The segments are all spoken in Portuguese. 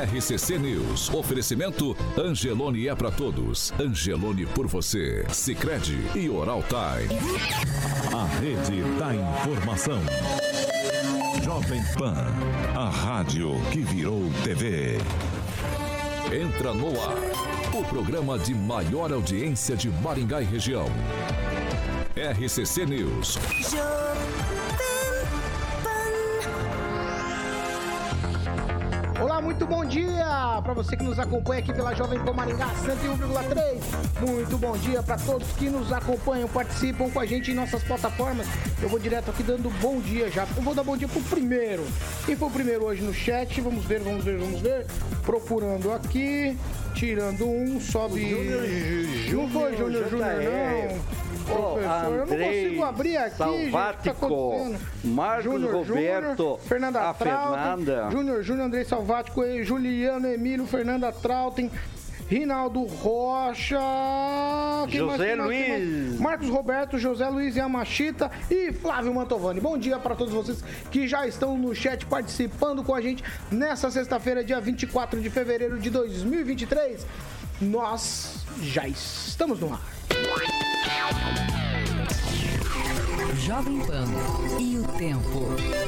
RCC News. Oferecimento Angelone é pra todos. Angelone por você. Sicredi e Oral Time. A rede da informação. Jovem Pan. A rádio que virou TV. Entra no ar. O programa de maior audiência de Maringá e região. RCC News. Olá, muito bom dia para você que nos acompanha aqui pela Jovem Pan Maringá 101,3. Muito bom dia para todos que nos acompanham, participam com a gente em nossas plataformas. Eu vou direto aqui dando bom dia já. Eu vou dar bom dia pro primeiro. Quem foi o primeiro hoje no chat? Vamos ver. Procurando aqui, tirando um, sobe. Não foi Júnior, não. Professor, eu não consigo abrir aqui, Salvático, Marcos Roberto, Fernanda Trautem, Fernanda. Júnior, Andrei Salvático, Juliano, Emílio, Fernanda Trautem, Rinaldo Rocha, José Luiz, Marcos Roberto, José Luiz Yamashita e Flávio Mantovani. Bom dia para todos vocês que já estão no chat participando com a gente nessa sexta-feira, dia 24 de fevereiro de 2023. Nós já estamos no ar. Jovem Pan e o tempo.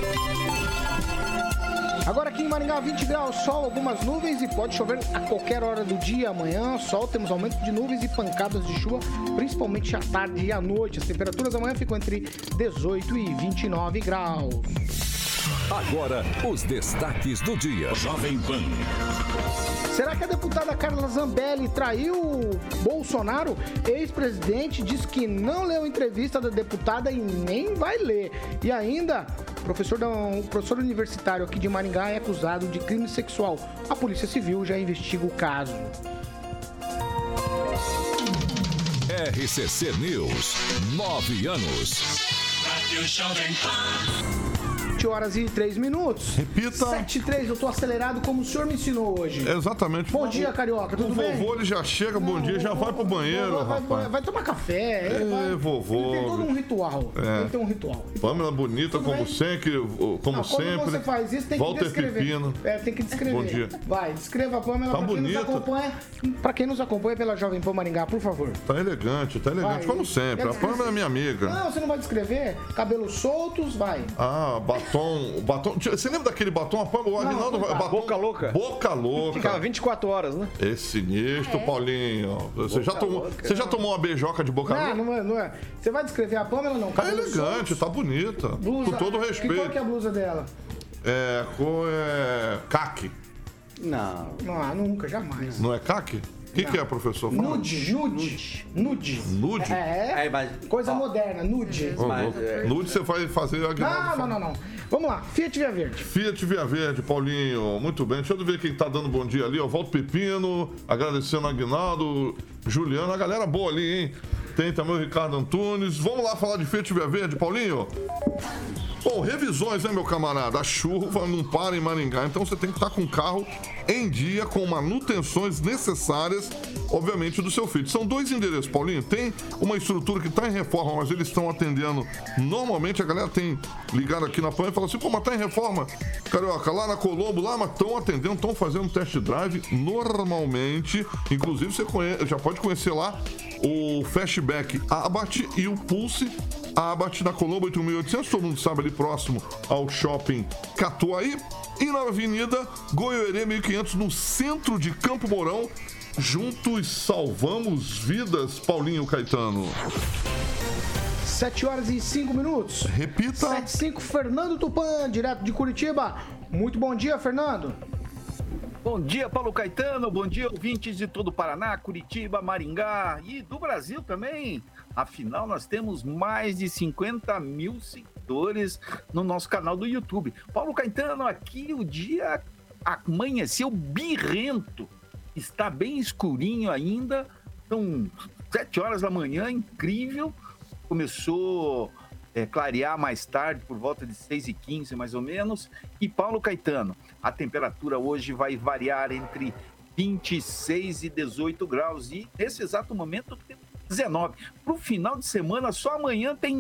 Agora aqui em Maringá, 20 graus, sol, algumas nuvens e pode chover a qualquer hora do dia. Amanhã, sol, temos aumento de nuvens e pancadas de chuva, principalmente à tarde e à noite. As temperaturas amanhã ficam entre 18 e 29 graus. Agora, os destaques do dia. Jovem Pan. Será que a deputada Carla Zambelli traiu Bolsonaro? Ex-presidente diz que não leu a entrevista da deputada e nem vai ler. E ainda, o professor universitário aqui de Maringá é acusado de crime sexual. A Polícia Civil já investiga o caso. RCC News, 9 anos. Rádio Jovem Pan. 7 horas e 3 minutos. Repita. 7 e 3, eu tô acelerado como o senhor me ensinou hoje. Exatamente. Bom dia, Carioca, tudo bem? O vovô, ele já chega, bom dia, já vai pro banheiro, rapaz. Vai tomar café. Vovô. Ele tem todo um ritual. Ele tem um ritual. Pâmela bonita, tudo como bem? sempre. Quando você faz isso, tem Walter que descrever. Pepino. Tem que descrever. Bom dia. Vai, descreva a Pâmela Tá pra quem bonita. nos acompanha. Pra quem nos acompanha pela Jovem Pan Maringá, por favor. Tá elegante, Vai. como sempre. A Pâmela é minha amiga. Não, você não vai descrever? Cabelos soltos, vai. Ah, batom. Você lembra daquele batom? O Aguinaldo. Boca Louca. Boca Louca. Ficava 24 horas, né? Esse sinistro, Paulinho. Você já tomou uma beijoca de boca louca? Não é. Você vai descrever a Pâmela, não? Tá Cabelos elegante, soltos. tá bonita. Blusa. Com todo Que respeito. cor que é a blusa dela? Caque. Não. Não, nunca, jamais. Não é caque? O que é, professor? Fala. Nude. Nude? Coisa moderna, nude. Nude você vai fazer Aguinaldo. Não. Vamos lá, Fiat Via Verde. Fiat Via Verde, Paulinho, muito bem. Deixa eu ver quem tá dando bom dia ali, ó. Walter Pepino, agradecendo a Aguinaldo, Juliano, a galera boa ali, hein? Tem também o Ricardo Antunes. Vamos lá falar de Fiat Via Verde, Paulinho? Bom, revisões, né, meu camarada? A chuva não para em Maringá, então você tem que estar com o carro em dia, com manutenções necessárias, obviamente, do seu Fiat. São 2 endereços, Paulinho. Tem uma estrutura que está em reforma, mas eles estão atendendo normalmente. A galera tem ligado aqui na PAN e fala assim, pô, mas tá em reforma, Carioca, lá na Colombo, lá, mas estão atendendo, estão fazendo test drive normalmente. Inclusive, você já pode conhecer lá o Fastback Abarth e o Pulse Abarth na Colombo 8.800, todo mundo sabe, ali próximo ao Shopping Catuaí. E na Avenida Goiôerê 1500, no centro de Campo Mourão. Juntos salvamos vidas, Paulinho Caetano. 7 horas e 5 minutos. Repita. 7 e 5, Fernando Tupan, direto de Curitiba. Muito bom dia, Fernando. Bom dia, Paulo Caetano. Bom dia, ouvintes de todo o Paraná, Curitiba, Maringá e do Brasil também. Afinal, nós temos mais de 50 mil seguidores no nosso canal do YouTube. Paulo Caetano, aqui o dia amanheceu birrento. Está bem escurinho ainda. São 7 horas da manhã, incrível. Começou a clarear mais tarde, por volta de 6h15 mais ou menos. E Paulo Caetano, a temperatura hoje vai variar entre 26 e 18 graus. E nesse exato momento tem 19. Para o final de semana, só amanhã tem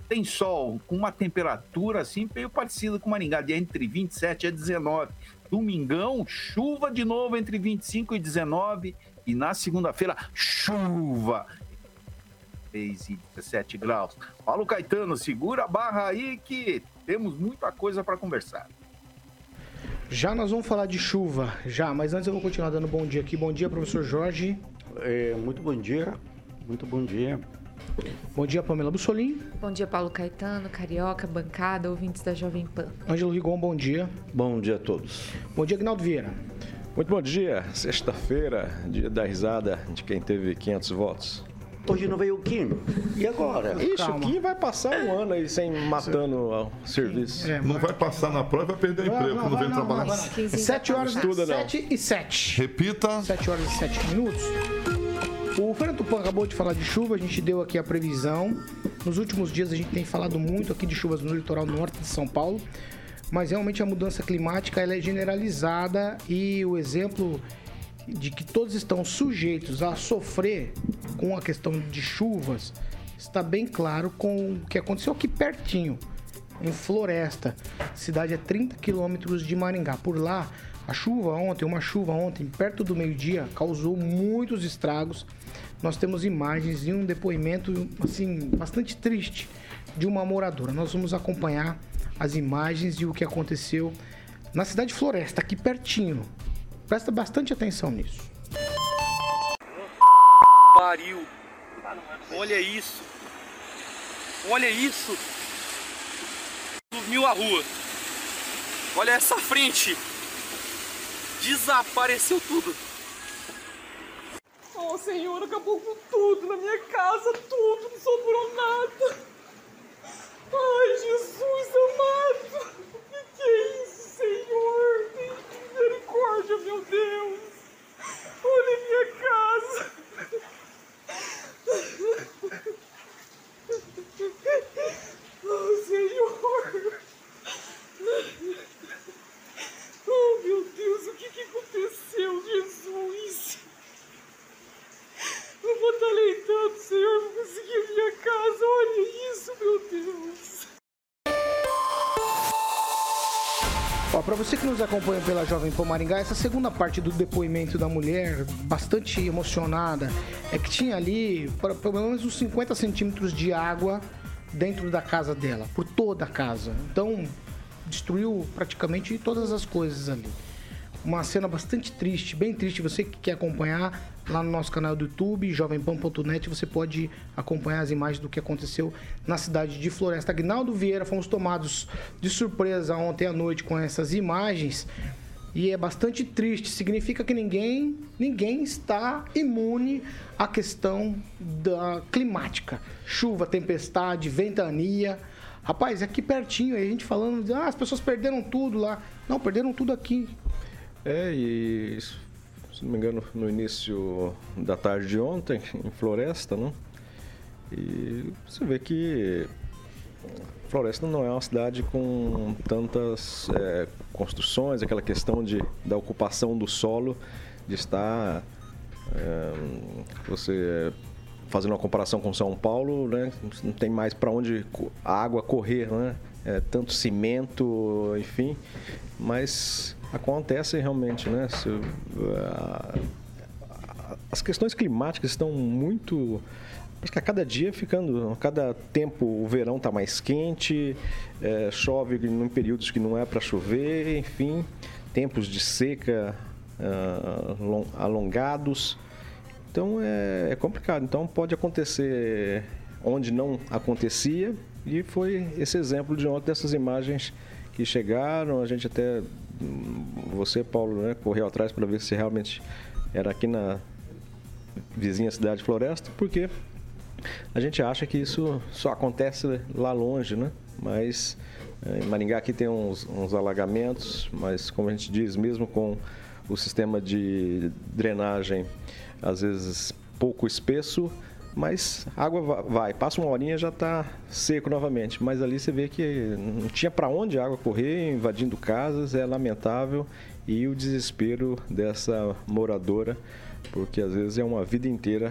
tem sol com uma temperatura assim meio parecida com Maringá, de entre 27 a 19. Domingão, chuva de novo entre 25 e 19. E na segunda-feira, chuva 6 e 17 graus. Paulo Caetano, segura a barra aí que temos muita coisa para conversar. Já nós vamos falar de chuva, mas antes eu vou continuar dando bom dia aqui. Bom dia, professor Jorge. Muito bom dia. Muito bom dia. Bom dia, Pamela Bussolini. Bom dia, Paulo Caetano, Carioca, bancada, ouvintes da Jovem Pan. Ângelo Rigon, bom dia. Bom dia a todos. Bom dia, Aguinaldo Vieira. Muito bom dia. Sexta-feira, dia da risada de quem teve 500 votos. Hoje não veio o Kim. E agora? Ixi, o Kim vai passar um ano aí sem matando o serviço. Não vai passar na prova e vai perder o emprego quando vem trabalhar. 7 horas Estuda, 7 e 7. Repita. 7 horas e 7 minutos. O Fernando Tupan acabou de falar de chuva, a gente deu aqui a previsão. Nos últimos dias a gente tem falado muito aqui de chuvas no litoral norte de São Paulo, mas realmente a mudança climática ela é generalizada e o exemplo de que todos estão sujeitos a sofrer com a questão de chuvas está bem claro com o que aconteceu aqui pertinho, em Floresta. A cidade é 30 quilômetros de Maringá. Por lá, uma chuva ontem, perto do meio-dia, causou muitos estragos. Nós temos imagens e um depoimento, assim, bastante triste de uma moradora. Nós vamos acompanhar as imagens e o que aconteceu na cidade de Floresta, aqui pertinho. Presta bastante atenção nisso. Pariu. Olha isso. Olha isso. Sumiu a rua. Olha essa frente. Desapareceu tudo. Oh, Senhor, acabou com tudo na minha casa, tudo, não sobrou nada. Ai, Jesus amado. O que é isso, Senhor? Tem misericórdia, meu Deus. Olha minha casa. Oh, Senhor. Oh, meu Deus, o que aconteceu, Jesus? Eu vou estar leitando, Senhor, vou conseguir a minha casa. Olha isso, meu Deus. Para você que nos acompanha pela Jovem Pan Maringá, essa segunda parte do depoimento da mulher, bastante emocionada, é que tinha ali pelo menos uns 50 centímetros de água dentro da casa dela, por toda a casa. Então, destruiu praticamente todas as coisas ali. Uma cena bastante triste, bem triste. Você que quer acompanhar lá no nosso canal do YouTube, jovempan.net, você pode acompanhar as imagens do que aconteceu na cidade de Floresta. Aguinaldo Vieira, fomos tomados de surpresa ontem à noite com essas imagens e é bastante triste. Significa que ninguém está imune à questão da climática. Chuva, tempestade, ventania. Rapaz, aqui pertinho, aí a gente falando, as pessoas perderam tudo lá. Não, perderam tudo aqui. E se não me engano, no início da tarde de ontem, em Floresta, né? E você vê que Floresta não é uma cidade com tantas construções, aquela questão da ocupação do solo, de estar você fazendo uma comparação com São Paulo, né? Não tem mais para onde a água correr, né? Tanto cimento, enfim, mas acontece realmente, né? As questões climáticas estão muito... Acho que a cada dia a cada tempo o verão está mais quente, chove em períodos que não é para chover, enfim, tempos de seca alongados. Então é complicado. Então pode acontecer onde não acontecia, e foi esse exemplo de ontem dessas imagens que chegaram. A gente até, você, Paulo, né, correu atrás para ver se realmente era aqui na vizinha cidade de Floresta, porque a gente acha que isso só acontece lá longe, né? Mas em Maringá aqui tem uns alagamentos, mas como a gente diz, mesmo com o sistema de drenagem às vezes pouco espesso, mas a água vai, passa uma horinha já está seco novamente. Mas ali você vê que não tinha para onde a água correr, invadindo casas, é lamentável. E o desespero dessa moradora, porque às vezes é uma vida inteira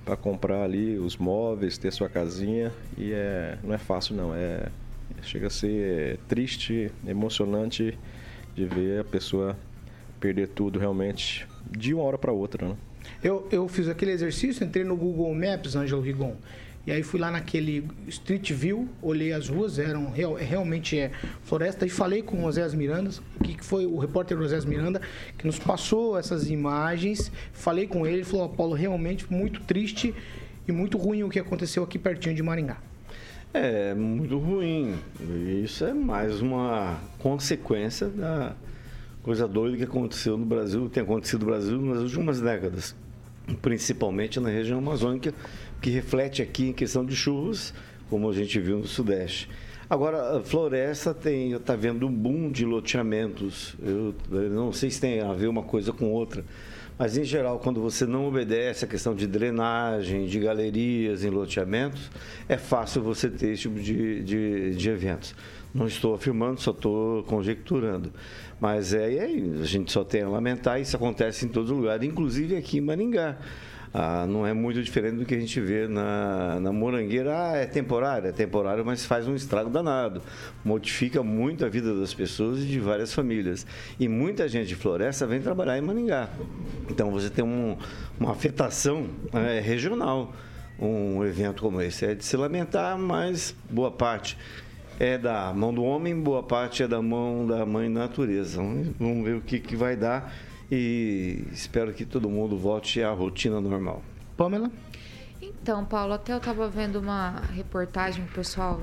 para comprar ali os móveis, ter sua casinha, e não é fácil não, chega a ser triste, emocionante de ver a pessoa perder tudo realmente de uma hora para outra, né? Eu fiz aquele exercício, entrei no Google Maps, Ângelo Rigon, e aí fui lá naquele Street View, olhei as ruas, realmente floresta, e falei com o Oséias Miranda, que foi o repórter Oséias Miranda, que nos passou essas imagens. Falei com ele, falou: Paulo, realmente muito triste e muito ruim o que aconteceu aqui pertinho de Maringá. É muito ruim. Isso é mais uma consequência da coisa doida que aconteceu no Brasil, tem acontecido no Brasil nas últimas décadas, principalmente na região amazônica, que reflete aqui em questão de chuvas, como a gente viu no Sudeste. Agora, a floresta está vendo um boom de loteamentos. Eu não sei se tem a ver uma coisa com outra, mas, em geral, quando você não obedece a questão de drenagem, de galerias em loteamentos, é fácil você ter esse tipo de eventos. Não estou afirmando, só estou conjecturando. Mas a gente só tem a lamentar, isso acontece em todo lugar, inclusive aqui em Maringá. Não é muito diferente do que a gente vê na Morangueira. É temporário, mas faz um estrago danado. Modifica muito a vida das pessoas e de várias famílias. E muita gente de floresta vem trabalhar em Maringá. Então você tem uma afetação regional. Um evento como esse é de se lamentar, mas boa parte é da mão do homem, boa parte é da mão da mãe natureza. Vamos ver o que vai dar. E espero que todo mundo volte à rotina normal. Pamela? Então, Paulo, até eu estava vendo uma reportagem, pessoal,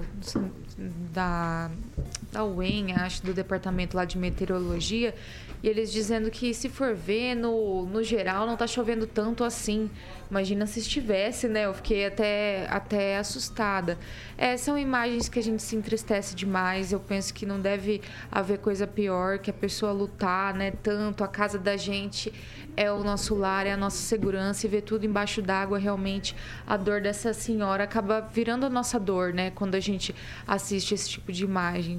da UEM, acho, do departamento lá de meteorologia, e eles dizendo que, se for ver, no geral não está chovendo tanto assim. Imagina se estivesse, né? Eu fiquei até assustada. São imagens que a gente se entristece demais. Eu penso que não deve haver coisa pior que a pessoa lutar, né? Tanto a casa da gente é o nosso lar, é a nossa segurança, e ver tudo embaixo d'água, realmente a dor dessa senhora acaba virando a nossa dor, né? Quando a gente assiste esse tipo de imagem.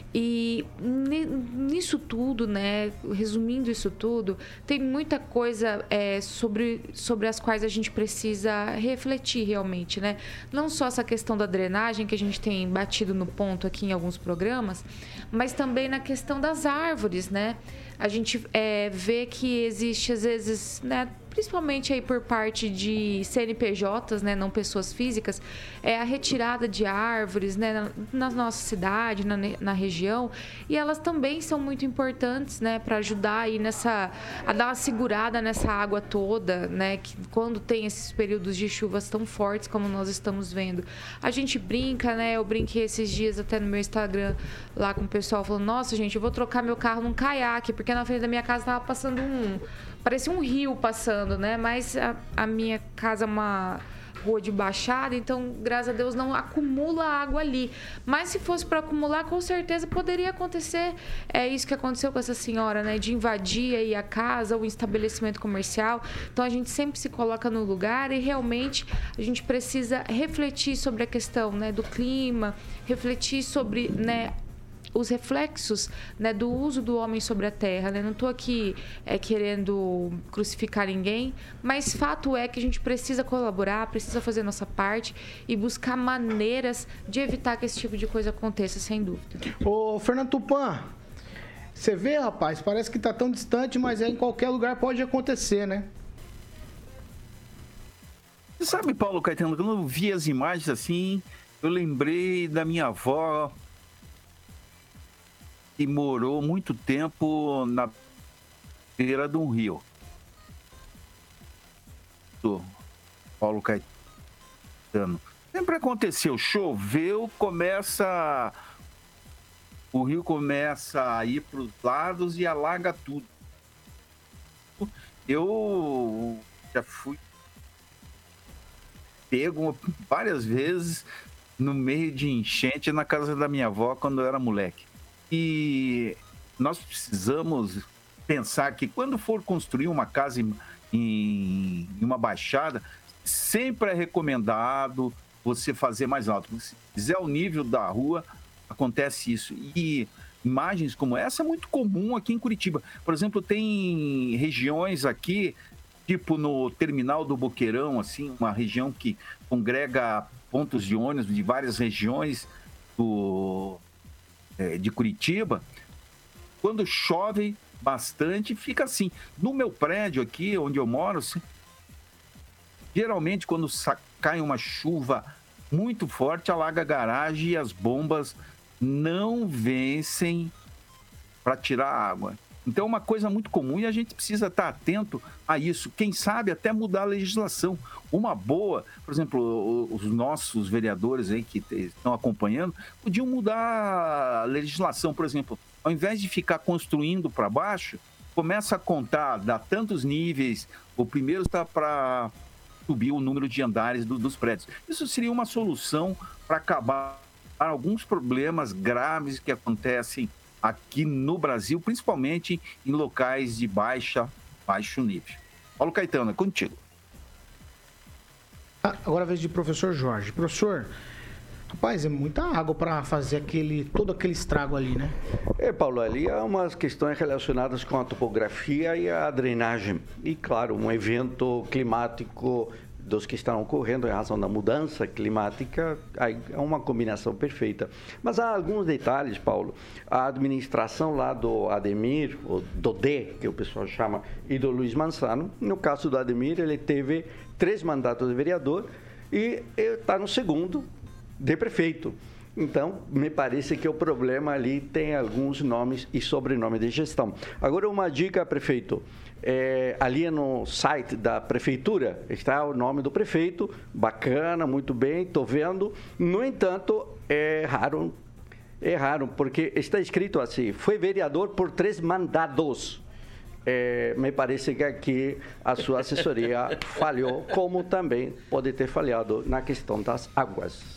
E nisso tudo, né? Resumindo isso tudo, tem muita coisa sobre as quais a gente precisa refletir realmente, né? Não só essa questão da drenagem, que a gente tem batido no ponto aqui em alguns programas, mas também na questão das árvores, né? A gente vê que existe, às vezes, né, principalmente aí por parte de CNPJs, né, não pessoas físicas, a retirada de árvores, né, na nossa cidade, na região, e elas também são muito importantes, né, para ajudar aí a dar uma segurada nessa água toda, né, que quando tem esses períodos de chuvas tão fortes como nós estamos vendo. A gente brinca, né, eu brinquei esses dias até no meu Instagram lá com o pessoal, falando: nossa, gente, eu vou trocar meu carro num caiaque, porque na frente da minha casa tava passando parecia um rio passando, né? Mas a minha casa é uma rua de baixada, então, graças a Deus, não acumula água ali. Mas se fosse para acumular, com certeza poderia acontecer. É isso que aconteceu com essa senhora, né? De invadir aí a casa, o estabelecimento comercial. Então, a gente sempre se coloca no lugar e, realmente, a gente precisa refletir sobre a questão, né, do clima, refletir sobre, né, os reflexos, né, do uso do homem sobre a terra, né? Não estou aqui querendo crucificar ninguém, mas fato é que a gente precisa colaborar, precisa fazer nossa parte e buscar maneiras de evitar que esse tipo de coisa aconteça, sem dúvida. Ô, Fernando Tupan, você vê, rapaz, parece que está tão distante, mas em qualquer lugar pode acontecer, né? Você sabe, Paulo Caetano, quando eu vi as imagens assim, eu lembrei da minha avó, que morou muito tempo na beira de um rio. Paulo Caetano. Sempre aconteceu, choveu, o rio começa a ir para os lados e alaga tudo. Eu já fui pego várias vezes no meio de enchente na casa da minha avó quando eu era moleque. E nós precisamos pensar que, quando for construir uma casa em uma baixada, sempre é recomendado você fazer mais alto. Se fizer o nível da rua, acontece isso. E imagens como essa é muito comum aqui em Curitiba. Por exemplo, tem regiões aqui tipo no terminal do Boqueirão, assim, uma região que congrega pontos de ônibus de várias regiões de Curitiba. Quando chove bastante, fica assim. No meu prédio aqui, onde eu moro, assim, geralmente quando cai uma chuva muito forte, alaga a garagem e as bombas não vencem para tirar a água. Então é uma coisa muito comum e a gente precisa estar atento a isso. Quem sabe até mudar a legislação. Uma boa, por exemplo, os nossos vereadores aí que estão acompanhando, podiam mudar a legislação, por exemplo, ao invés de ficar construindo para baixo, começa a contar, dá tantos níveis, o primeiro está para subir o número de andares dos prédios. Isso seria uma solução para acabar com alguns problemas graves que acontecem aqui no Brasil, principalmente em locais de baixo nível. Paulo Caetano, é contigo. Agora a vez de professor Jorge. Professor, rapaz, é muita água para fazer todo aquele estrago ali, né? Paulo, ali há umas questões relacionadas com a topografia e a drenagem. E, claro, um evento climático dos que estão ocorrendo em razão da mudança climática, é uma combinação perfeita. Mas há alguns detalhes, Paulo. A administração lá do Ademir, ou do D, que o pessoal chama, e do Luiz Manzano, no caso do Ademir, ele teve 3 mandatos de vereador e está no segundo de prefeito. Então, me parece que o problema ali tem alguns nomes e sobrenome de gestão. Agora, uma dica, prefeito. Ali no site da prefeitura está o nome do prefeito, bacana, muito bem, estou vendo. No entanto, erraram, porque está escrito assim, foi vereador por 3 mandados. Me parece que aqui a sua assessoria falhou, como também pode ter falhado na questão das águas.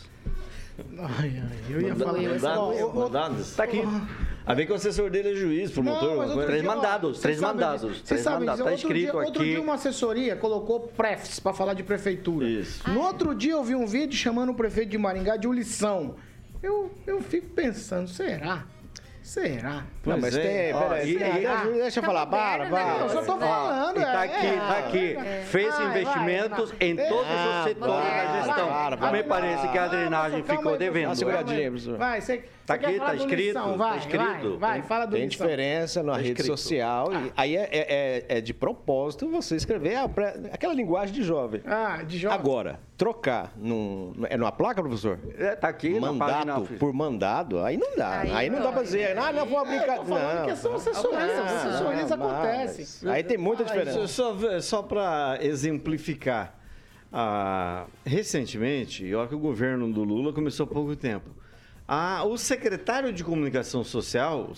Eu ia falar mandados. Está aqui. A ver que o assessor dele é juiz, promotor. 3 mandados. Você sabe, está escrito aqui. Outro dia uma assessoria colocou prefs para falar de prefeitura. Isso. No outro dia eu vi um vídeo chamando o prefeito de Maringá de Ulição. Eu fico pensando, será? Não, mas peraí, deixa eu falar, Eu só tô falando, Está aqui. Fez investimentos em todos os setores da gestão. Me parece que a drenagem ficou devendo. Vai, você Está aqui, está escrito. Vai, fala do Tem diferença na rede social. Aí é de propósito você escrever aquela linguagem de jovem. De jovem. Agora, trocar numa placa, professor? Está aqui. Mandato por mandado, aí não dá. Aí não dá para dizer, não vou brincar. Não, que são assessorias acontecem. Aí tem muita diferença. Só para exemplificar, recentemente, olha que o governo do Lula começou há pouco tempo. O secretário de comunicação social,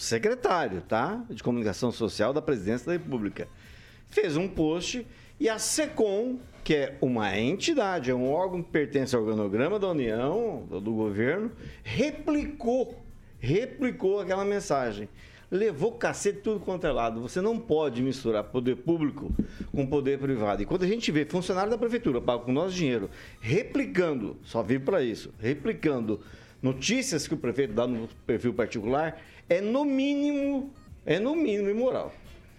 de comunicação social da Presidência da República, fez um post e a SECOM, que é uma entidade, é um órgão que pertence ao organograma da União, do governo, replicou aquela mensagem. Levou cacete tudo quanto é lado. Você não pode misturar poder público com poder privado. E quando a gente vê funcionário da prefeitura, pago com nosso dinheiro, replicando, só vive para isso, replicando notícias que o prefeito dá no perfil particular, é no mínimo imoral.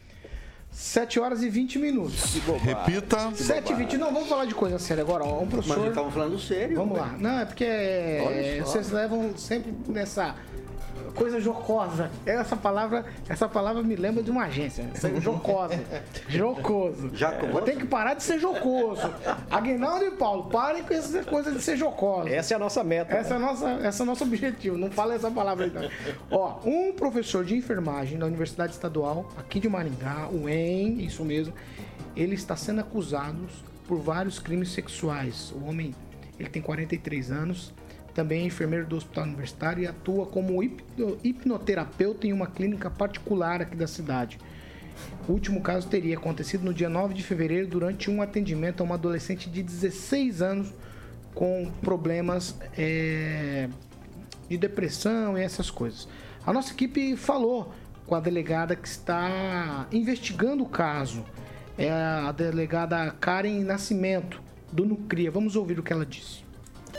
7h20. Repita. 7h20. Não, vamos falar de coisa séria agora. Professor. Mas estamos falando sério. Vamos lá. Não, é porque vocês levam sempre nessa coisa jocosa. Essa palavra me lembra de uma agência. Jocosa. Jocoso. Tem que parar de ser jocoso. Aguinaldo e Paulo, parem com essa coisa de ser jocoso. Essa é a nossa meta. Esse é o nosso objetivo. Não fala essa palavra aí, não. Um professor de enfermagem da Universidade Estadual, aqui de Maringá, o UEM, isso mesmo, ele está sendo acusado por vários crimes sexuais. O homem, ele tem 43 anos, também é enfermeiro do Hospital Universitário e atua como hipnoterapeuta em uma clínica particular aqui da cidade. O último caso teria acontecido no dia 9 de fevereiro durante um atendimento a uma adolescente de 16 anos com problemas de depressão e essas coisas. A nossa equipe falou com a delegada que está investigando o caso. É a delegada Karen Nascimento, do Nucria. Vamos ouvir o que ela disse.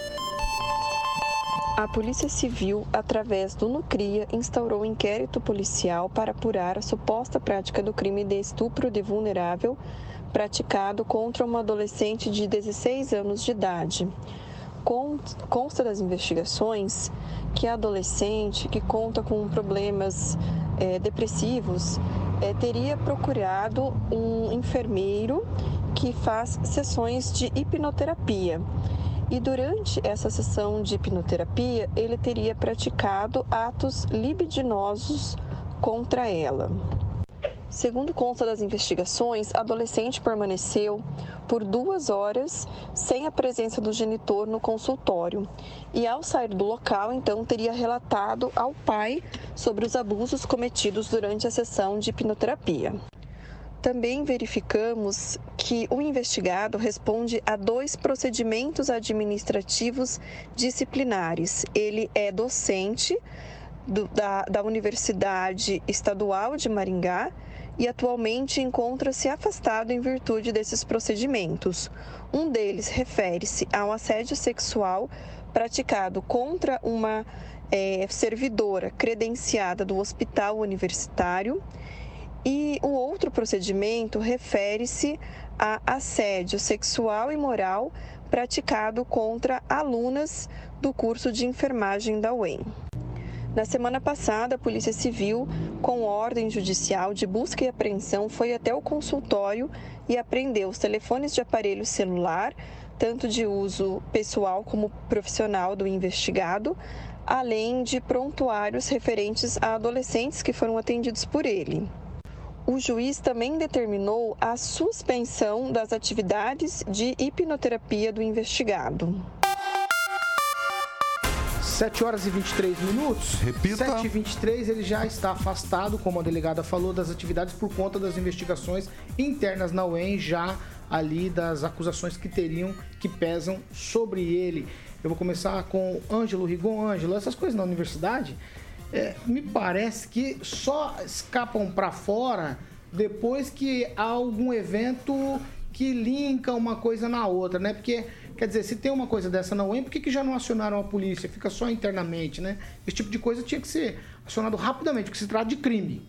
A Polícia Civil, através do Nucria, instaurou um inquérito policial para apurar a suposta prática do crime de estupro de vulnerável praticado contra uma adolescente de 16 anos de idade. Consta das investigações que a adolescente, que conta com problemas depressivos, teria procurado um enfermeiro que faz sessões de hipnoterapia. E durante essa sessão de hipnoterapia, ele teria praticado atos libidinosos contra ela. Segundo consta das investigações, a adolescente permaneceu por 2 horas sem a presença do genitor no consultório e, ao sair do local, então teria relatado ao pai sobre os abusos cometidos durante a sessão de hipnoterapia. Também verificamos que o investigado responde a 2 procedimentos administrativos disciplinares. Ele é docente da Universidade Estadual de Maringá e atualmente encontra-se afastado em virtude desses procedimentos. Um deles refere-se ao assédio sexual praticado contra uma servidora credenciada do hospital universitário e o outro procedimento refere-se a assédio sexual e moral praticado contra alunas do curso de enfermagem da UEM. Na semana passada, a Polícia Civil, com ordem judicial de busca e apreensão, foi até o consultório e apreendeu os telefones de aparelho celular, tanto de uso pessoal como profissional do investigado, além de prontuários referentes a adolescentes que foram atendidos por ele. O juiz também determinou a suspensão das atividades de hipnoterapia do investigado. 7 horas e 23 minutos. Repita. 7h23, ele já está afastado, como a delegada falou, das atividades por conta das investigações internas na UEM, já ali das acusações que pesam sobre ele. Eu vou começar com Ângelo Rigon. Ângelo, essas coisas na universidade, me parece que só escapam para fora depois que há algum evento que linka uma coisa na outra, né? Porque, quer dizer, se tem uma coisa dessa na UEM, por que já não acionaram a polícia? Fica só internamente, né? Esse tipo de coisa tinha que ser acionado rapidamente, porque se trata de crime.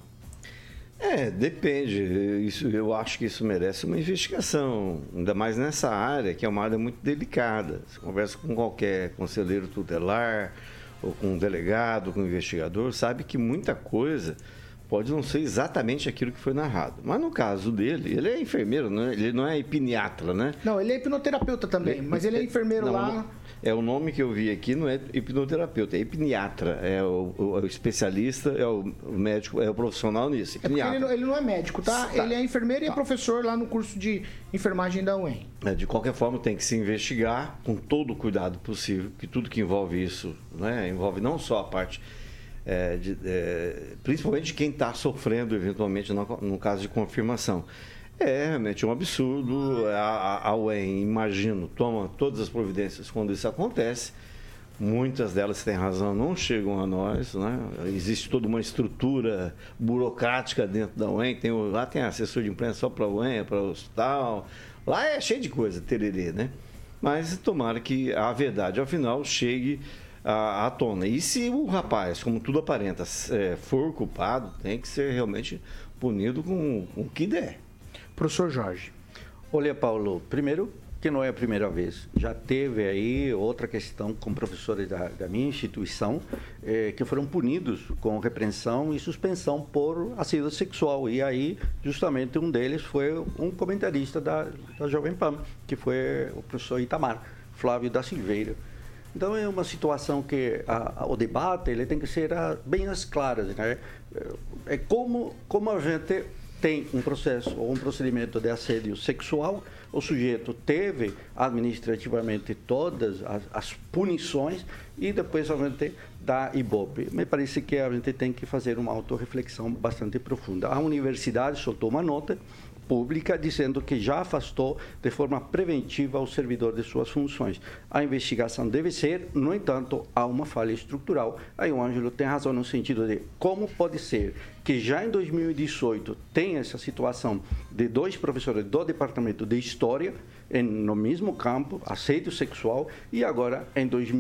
Depende. Eu acho que isso merece uma investigação, ainda mais nessa área, que é uma área muito delicada. Você conversa com qualquer conselheiro tutelar, ou com um delegado, com um investigador, sabe que muita coisa pode não ser exatamente aquilo que foi narrado. Mas no caso dele, ele é enfermeiro, né? Ele não é hipniatra, né? Não, ele é hipnoterapeuta também, mas ele é enfermeiro lá. O nome que eu vi aqui não é hipnoterapeuta, é hipniatra. É o especialista, é o médico, é o profissional nisso. Ele não é médico, tá? Ele é enfermeiro e é professor lá no curso de enfermagem da UEM. De qualquer forma, tem que se investigar com todo o cuidado possível, porque tudo que envolve isso, né, envolve não só a parte principalmente de quem está sofrendo eventualmente no caso de confirmação. É realmente um absurdo. A UEM, imagino, toma todas as providências quando isso acontece. Muitas delas, têm razão, não chegam a nós, né? Existe toda uma estrutura burocrática dentro da UEM. Lá tem assessor de imprensa só para a UEM, para o hospital. Lá é cheio de coisa, tererê, né? Mas tomara que a verdade, ao final, chegue à tona. E se o rapaz, como tudo aparenta, for culpado, tem que ser realmente punido com o que der. Professor Jorge. Olha, Paulo, primeiro que não é a primeira vez. Já teve aí outra questão com professores da minha instituição que foram punidos com repreensão e suspensão por assédio sexual. E aí, justamente, um deles foi um comentarista da Jovem Pan, que foi o professor Itamar Flávio da Silveira. Então, é uma situação que o debate ele tem que ser bem às claras, né? É como a gente tem um processo ou um procedimento de assédio sexual, o sujeito teve administrativamente todas as punições e depois a gente dá ibope. Me parece que a gente tem que fazer uma autorreflexão bastante profunda. A universidade soltou uma nota pública dizendo que já afastou de forma preventiva o servidor de suas funções. A investigação deve ser, no entanto, há uma falha estrutural. Aí o Ângelo tem razão no sentido de como pode ser que já em 2018 tem essa situação de 2 professores do Departamento de História no mesmo campo, assédio sexual, e agora em 2020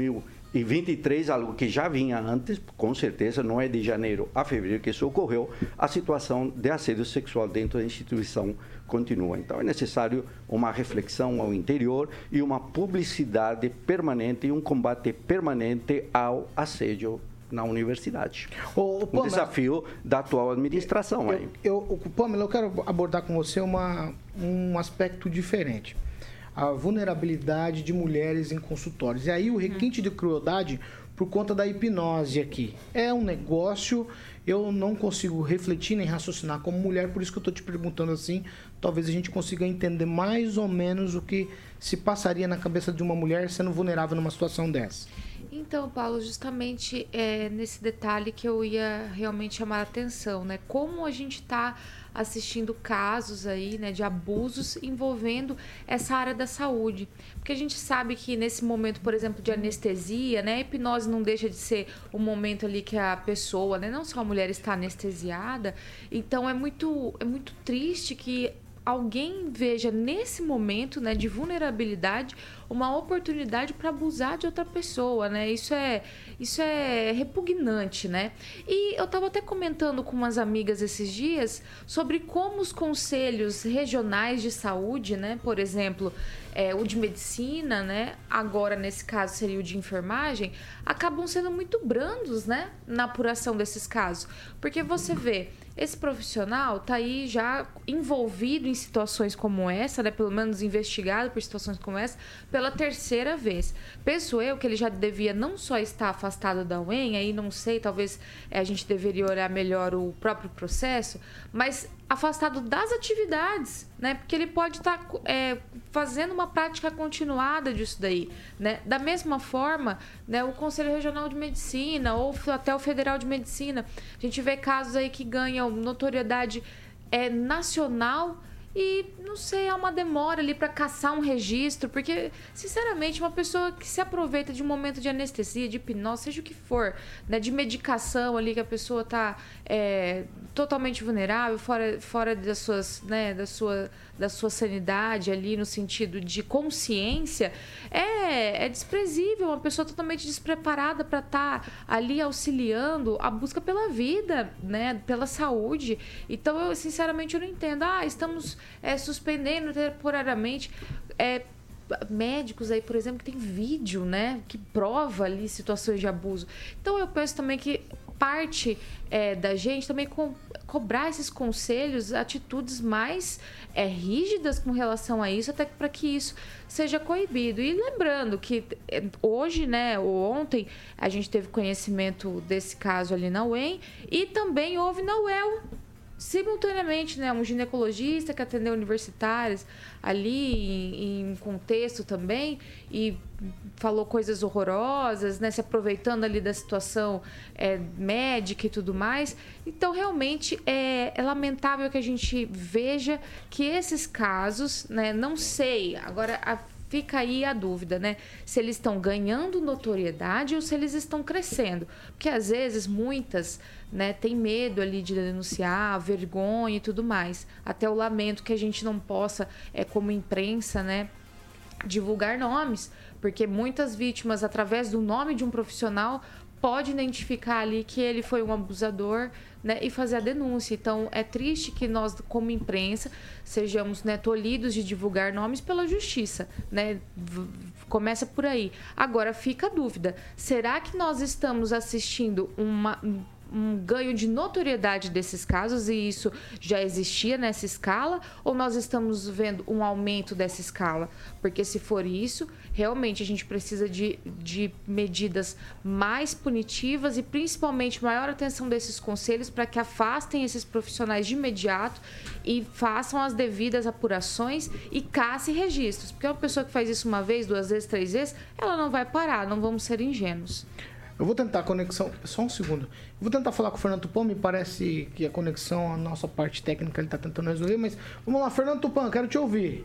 E 23, algo que já vinha antes, com certeza, não é de janeiro a fevereiro que isso ocorreu, a situação de assédio sexual dentro da instituição continua. Então, é necessário uma reflexão ao interior e uma publicidade permanente e um combate permanente ao assédio na universidade. Um desafio da atual administração. Pamela, eu quero abordar com você um aspecto diferente. A vulnerabilidade de mulheres em consultórios. E aí o requinte de crueldade por conta da hipnose aqui. É um negócio, eu não consigo refletir nem raciocinar como mulher, por isso que eu estou te perguntando assim, talvez a gente consiga entender mais ou menos o que se passaria na cabeça de uma mulher sendo vulnerável numa situação dessa. Então, Paulo, justamente nesse detalhe que eu ia realmente chamar a atenção, né? Como a gente está assistindo casos aí, né, de abusos envolvendo essa área da saúde. Porque a gente sabe que nesse momento, por exemplo, de anestesia, né, a hipnose não deixa de ser um momento ali que a pessoa, né, não só a mulher está anestesiada. Então, é muito triste que alguém veja nesse momento, né, de vulnerabilidade uma oportunidade para abusar de outra pessoa, né? Isso é repugnante, né? E eu estava até comentando com umas amigas esses dias sobre como os conselhos regionais de saúde, né, por exemplo, o de medicina, né, agora nesse caso seria o de enfermagem, acabam sendo muito brandos, né, na apuração desses casos. Porque você vê, esse profissional está aí já envolvido em situações como essa, né, pelo menos investigado por situações como essa, pela terceira vez. Penso eu que ele já devia não só estar afastado da UEM, aí não sei, talvez a gente deveria olhar melhor o próprio processo, mas afastado das atividades, né? Porque ele pode estar fazendo uma prática continuada disso daí, né? Da mesma forma, né, o Conselho Regional de Medicina ou até o Federal de Medicina, a gente vê casos aí que ganham notoriedade nacional e, não sei, há uma demora ali para caçar um registro, porque, sinceramente, uma pessoa que se aproveita de um momento de anestesia, de hipnose, seja o que for, né, de medicação ali, que a pessoa está totalmente vulnerável, fora das suas, né, da sua sanidade ali, no sentido de consciência, é desprezível, uma pessoa totalmente despreparada para estar ali auxiliando a busca pela vida, né, pela saúde. Então, eu, sinceramente, eu não entendo. Estamos suspendendo temporariamente médicos aí, por exemplo, que tem vídeo, né, que prova ali situações de abuso. Então, eu penso também que parte da gente também cobrar esses conselhos, atitudes mais rígidas com relação a isso, até para que isso seja coibido. E lembrando que hoje, né, ou ontem, a gente teve conhecimento desse caso ali na UEM e também houve na UEL, simultaneamente, né, um ginecologista que atendeu universitários ali em contexto também e falou coisas horrorosas, né, se aproveitando ali da situação médica e tudo mais. Então, realmente, é lamentável que a gente veja que esses casos, né, não sei, agora fica aí a dúvida, né? Se eles estão ganhando notoriedade ou se eles estão crescendo. Porque, às vezes, muitas, né, têm medo ali de denunciar, vergonha e tudo mais. Até o lamento que a gente não possa, como imprensa, né, divulgar nomes. Porque muitas vítimas, através do nome de um profissional, pode identificar ali que ele foi um abusador, né, e fazer a denúncia. Então, é triste que nós, como imprensa, sejamos, né, tolhidos de divulgar nomes pela justiça, né? Começa por aí. Agora, fica a dúvida. Será que nós estamos assistindo um ganho de notoriedade desses casos e isso já existia nessa escala, ou nós estamos vendo um aumento dessa escala? Porque se for isso, realmente a gente precisa de medidas mais punitivas e principalmente maior atenção desses conselhos para que afastem esses profissionais de imediato e façam as devidas apurações e caçem registros. Porque uma pessoa que faz isso uma vez, 2 vezes, 3 vezes, ela não vai parar, não vamos ser ingênuos. Eu vou tentar a conexão, só um segundo. Eu vou tentar falar com o Fernando Tupan, me parece que a conexão, a nossa parte técnica, ele está tentando resolver, mas vamos lá, Fernando Tupan, quero te ouvir.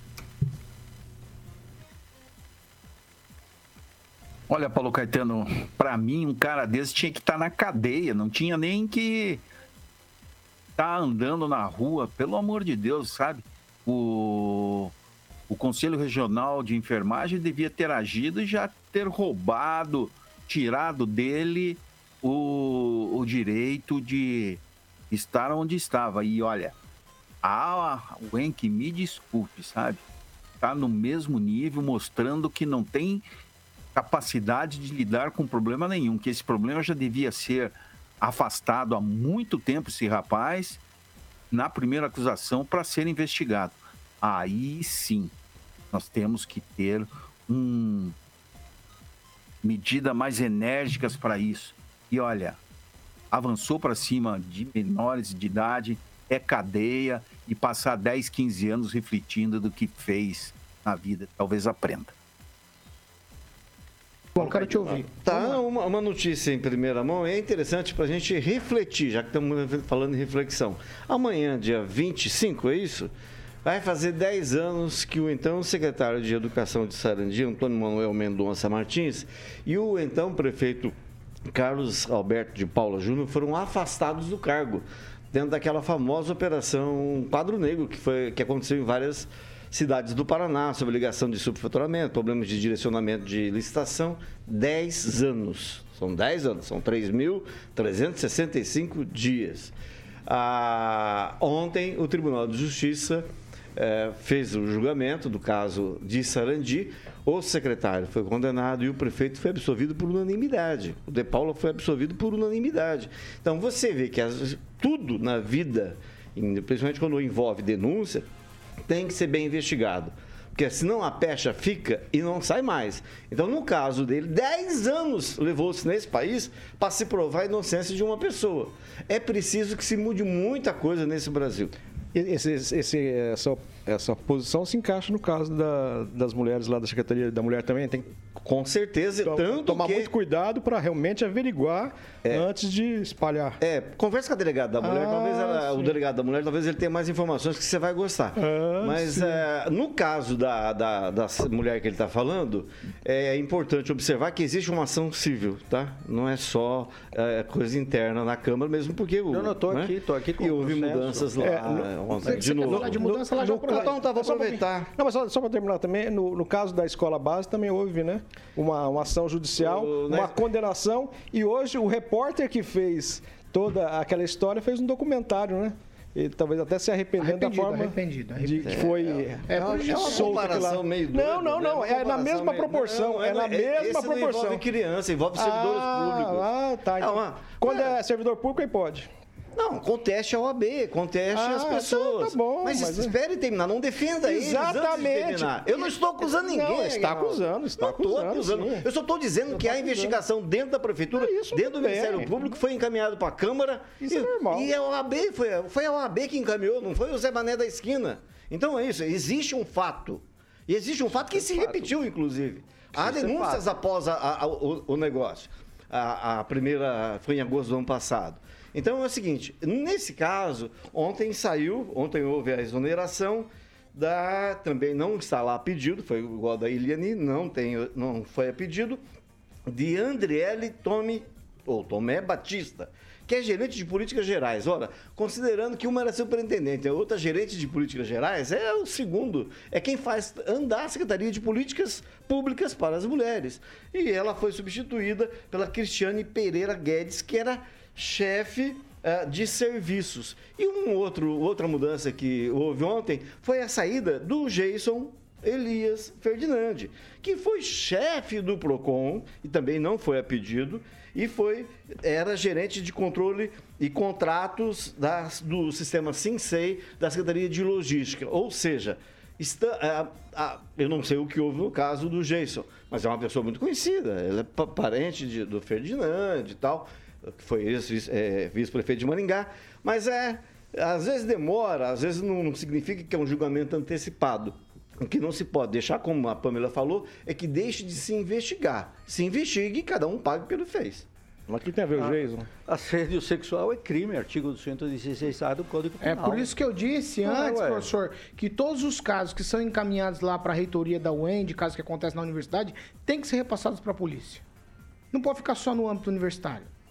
Olha, Paulo Caetano, para mim, um cara desse tinha que estar na cadeia, não tinha nem que estar andando na rua, pelo amor de Deus, sabe? O o Conselho Regional de Enfermagem devia ter agido e já ter roubado, tirado dele o direito de estar onde estava. E olha, o ENC, me desculpe, sabe? Está no mesmo nível, mostrando que não tem capacidade de lidar com problema nenhum, que esse problema já devia ser afastado há muito tempo, esse rapaz, na primeira acusação, para ser investigado. Aí sim, nós temos que ter medidas mais enérgicas para isso. E olha, avançou para cima de menores de idade, é cadeia, e passar 10, 15 anos refletindo do que fez na vida, talvez aprenda. Bom, quero te ouvir. Tá, uma notícia em primeira mão, é interessante para a gente refletir, já que estamos falando em reflexão. Amanhã, dia 25, é isso? Vai fazer 10 anos que o então secretário de Educação de Sarandi, Antônio Manuel Mendonça Martins, e o então prefeito Carlos Alberto de Paula Júnior foram afastados do cargo, dentro daquela famosa operação Quadro Negro, que aconteceu em várias cidades do Paraná, sobre ligação de superfaturamento, problemas de direcionamento de licitação. 10 anos. São 10 anos, são 3.365 dias. Ontem, o Tribunal de Justiça fez o julgamento do caso de Sarandi. O secretário foi condenado e o prefeito foi absolvido por unanimidade. O De Paula foi absolvido por unanimidade. Então, você vê que tudo na vida, principalmente quando envolve denúncia, tem que ser bem investigado. Porque senão a pecha fica e não sai mais. Então, no caso dele, 10 anos levou-se nesse país para se provar a inocência de uma pessoa. É preciso que se mude muita coisa nesse Brasil. Essa posição se encaixa no caso das mulheres lá da Secretaria da Mulher também? Tem com certeza, tanto tomar muito cuidado para realmente averiguar antes de espalhar. Conversa com a delegada da mulher, o delegado da mulher, talvez ele tenha mais informações que você vai gostar. Mas no caso da mulher que ele está falando, é importante observar que existe uma ação civil, tá? Não é só coisa interna na Câmara, mesmo porque estou aqui com e houve mudanças lá ontem, de novo. De mudança lá já Então, vou aproveitar. Não, mas só para terminar também, no caso da escola base também houve, né? Uma ação judicial, uma condenação, e hoje o repórter que fez toda aquela história fez um documentário, né? Ele talvez até se arrependendo da forma de que foi uma comparação meio doida, não, é na mesma proporção, na mesma proporção. Não envolve criança, envolve servidores públicos. Tá. Então, quando é servidor público, aí pode. Não, conteste a OAB, conteste as pessoas. Tá bom, mas espere terminar, não defenda eles antes de terminar. Eu não estou acusando ninguém. Não, está acusando. Eu só estou dizendo que a investigação dentro da Prefeitura, dentro do Ministério Público, foi encaminhado para a Câmara. Isso é normal. E a OAB, foi a OAB que encaminhou, não foi o Zé Mané da esquina. Então é isso, existe um fato. E existe um fato que se repetiu, inclusive. Há denúncias após o negócio. A primeira foi em agosto do ano passado. Então é o seguinte, nesse caso, ontem houve a exoneração também não está lá a pedido, foi igual da Iliani, não foi a pedido, de Andriele Tomé Batista, que é gerente de políticas gerais. Ora, considerando que uma era superintendente, a outra gerente de políticas gerais, é o segundo, é quem faz andar a Secretaria de Políticas Públicas para as Mulheres. E ela foi substituída pela Cristiane Pereira Guedes, que era chefe de serviços. E outra mudança que houve ontem foi a saída do Jason Elias Ferdinand, que foi chefe do PROCON e também não foi a pedido, e era gerente de controle e contratos do sistema SINSEI da Secretaria de Logística. Ou seja, eu não sei o que houve no caso do Jason, mas é uma pessoa muito conhecida, ela é parente do Ferdinand e tal, que foi vice-prefeito de Maringá, mas às vezes demora, às vezes não significa que é um julgamento antecipado. O que não se pode deixar, como a Pamela falou, é que deixe de se investigar. Se investigue e cada um pague pelo que fez. Mas aqui tem a ver o Jason. Assédio sexual é crime, artigo 116A do Código Penal. É por isso que eu disse antes, professor, que todos os casos que são encaminhados lá para a reitoria da UEM, casos que acontecem na universidade, tem que ser repassados para a polícia. Não pode ficar só no âmbito universitário.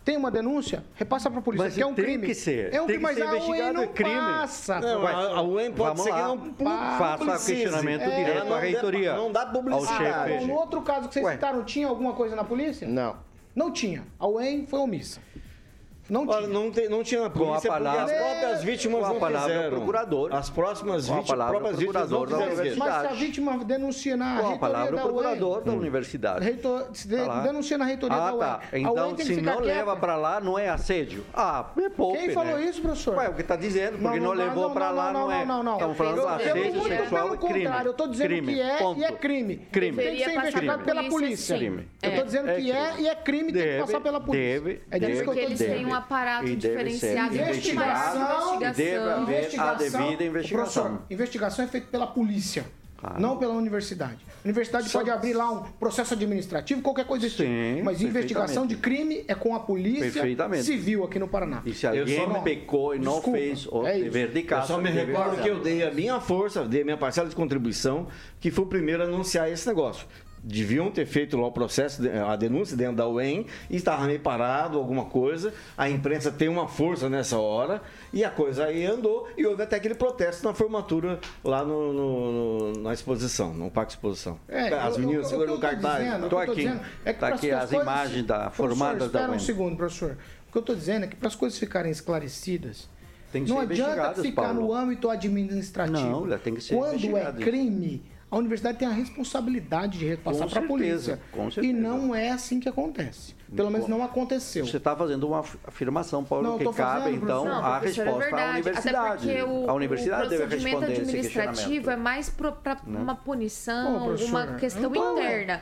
tem uma denúncia, repassa para a polícia, Mas que é um tem crime. que ser. É um Tem crime, que ser mas a UEM investigado, não é crime. passa. Não, a UEM pode ser que não faça publicize. questionamento direto à reitoria. Não dá publicidade. No outro caso que vocês citaram, tinha alguma coisa na polícia? Não. Não tinha. A UEM foi omissa. Não tinha. Não tinha na polícia, porque as próprias vítimas não fizeram. Procurador. As próximas Com a vítimas, palavra próprias vítimas não procurador da fizeram isso. Mas se a vítima denuncia na Com a reitoria palavra da UEM... procurador da universidade. Denuncia na reitoria da UEM. Tá. A UEM Então, tem que se ficar não quieta. leva para lá, não é assédio. Me poupe, Quem falou né? isso, professor? Ué, o que está dizendo, porque não levou para lá, não é. Estamos falando do assédio sexual e crime. Eu estou dizendo que é e é crime. Crime. Tem que ser investigado pela polícia. Eu estou dizendo que é e é crime, tem que passar pela polícia. É disso que eu Porque estou eles dizendo. têm um aparato E deve diferenciado ser de investigado, e deve haver a devida investigação. Professor, investigação é feita pela polícia. Não pela universidade. A universidade pode abrir lá um processo administrativo, qualquer coisa desse tipo. Mas investigação de crime é com a polícia civil aqui no Paraná. E se alguém pecou e não fez o dever de casa... Eu só me recordo que eu dei a minha força, dei a minha parcela de contribuição, que foi o primeiro a anunciar esse negócio. Deviam ter feito lá o processo, a denúncia dentro da UEM, e estava meio parado, alguma coisa. A imprensa tem uma força nessa hora, e a coisa aí andou, e houve até aquele protesto na formatura lá na exposição, no Parque de Exposição. As meninas segurando o cartaz. Estou aqui. Está aqui as imagens da formada da UEM. Espera um segundo, professor. O que eu estou dizendo é que para as coisas ficarem esclarecidas, tem que não ser adianta ficar Paulo. no âmbito administrativo. Não, ela tem que ser Quando investigada. é crime, a universidade tem a responsabilidade de repassar para a polícia. Com certeza. E não é assim que acontece. Pelo menos não aconteceu. Você está fazendo uma afirmação, Paulo, Não, que cabe, então, a resposta à universidade. A universidade deve procedimento responder esse administrativo questionamento. é mais para uma punição, uma questão interna.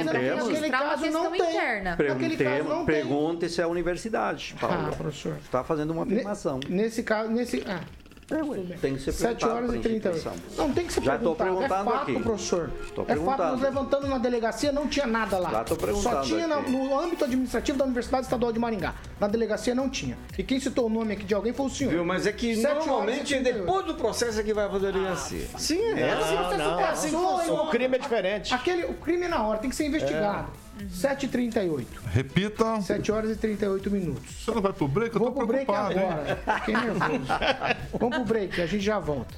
Pergunte se é a universidade, Paulo. Professor. Está fazendo uma afirmação. Nesse caso, tem que ser 7 horas e 38. Não, tem que ser Já estou perguntando é fato, aqui. Professor. Estou É fato, perguntando. nós levantamos na delegacia, não tinha nada lá. Já estou perguntando Só tinha aqui. no âmbito administrativo da Universidade Estadual de Maringá. Na delegacia não tinha. E quem citou o nome aqui de alguém foi o senhor. Viu? Mas é que 7 horas normalmente e 38. depois do processo é que vai fazer a delegacia. Sim, é. O crime é diferente. O crime é na hora, tem que ser investigado. 7h38. Repita. 7 horas e 38 minutos. Você não vai pro break? Eu Vou tô pro break preocupado, hein? agora. Fiquei nervoso. Vamos pro break, a gente já volta.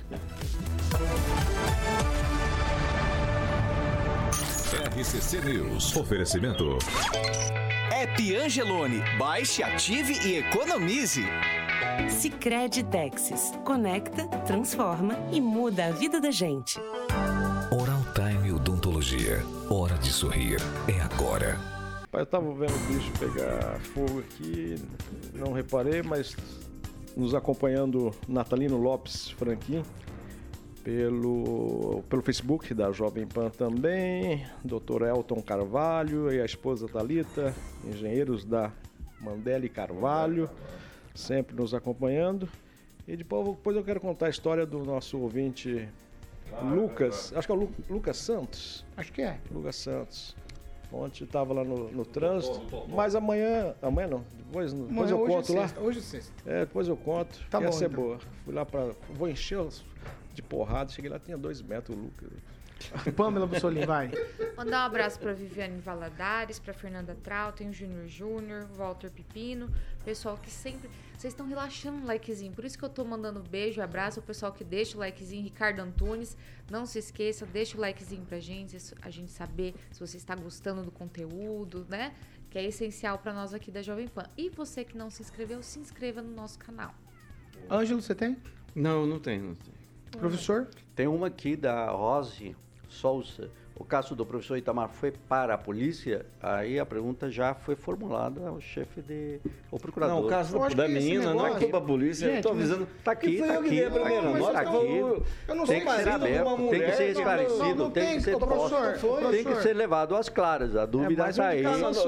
RCC News. Oferecimento. App Angelone. Baixe, ative e economize. Sicredi Texas. Conecta, transforma e muda a vida da gente. Oral Time Odontologia. Hora de sorrir. É agora. Eu tava vendo o bicho pegar fogo aqui, não reparei, mas nos acompanhando Natalino Lopes Franquin, pelo Facebook da Jovem Pan também, Dr. Elton Carvalho e a esposa Thalita, engenheiros da Mandelli Carvalho, sempre nos acompanhando. E depois eu quero contar a história do nosso ouvinte Lucas, acho que é o Lucas Santos. Acho que é. Lucas Santos. Ontem estava lá no trânsito, mas amanhã não, depois eu conto lá. Hoje é sexta. Depois eu conto, Tá bom, ia ser então. boa. Fui lá vou encher de porrada, cheguei lá, tinha 2 metros o Lucas. Pamela Bussolini, vai. Mandar um abraço para Viviane Valadares, para Fernanda Trautem, o Júnior, Walter Pipino, pessoal que sempre... Vocês estão relaxando no likezinho, por isso que eu tô mandando beijo e abraço ao pessoal que deixa o likezinho, Ricardo Antunes, não se esqueça, deixa o likezinho pra gente, a gente saber se você está gostando do conteúdo, né? Que é essencial para nós aqui da Jovem Pan. E você que não se inscreveu, se inscreva no nosso canal. Ângelo, você tem? Não tenho. Professor? Tem uma aqui da Rose Souza. O caso do professor Itamar foi para a polícia, aí a pergunta já foi formulada ao chefe o procurador. Não, o caso da menina não foi para a polícia, eu estou avisando. Está aqui, foi está eu que aqui. dei a primeira nota. Eu não Tem que ser aberto, tem que ser esclarecido, tem que ser posto, tem que ser levado às claras. A dúvida está aí.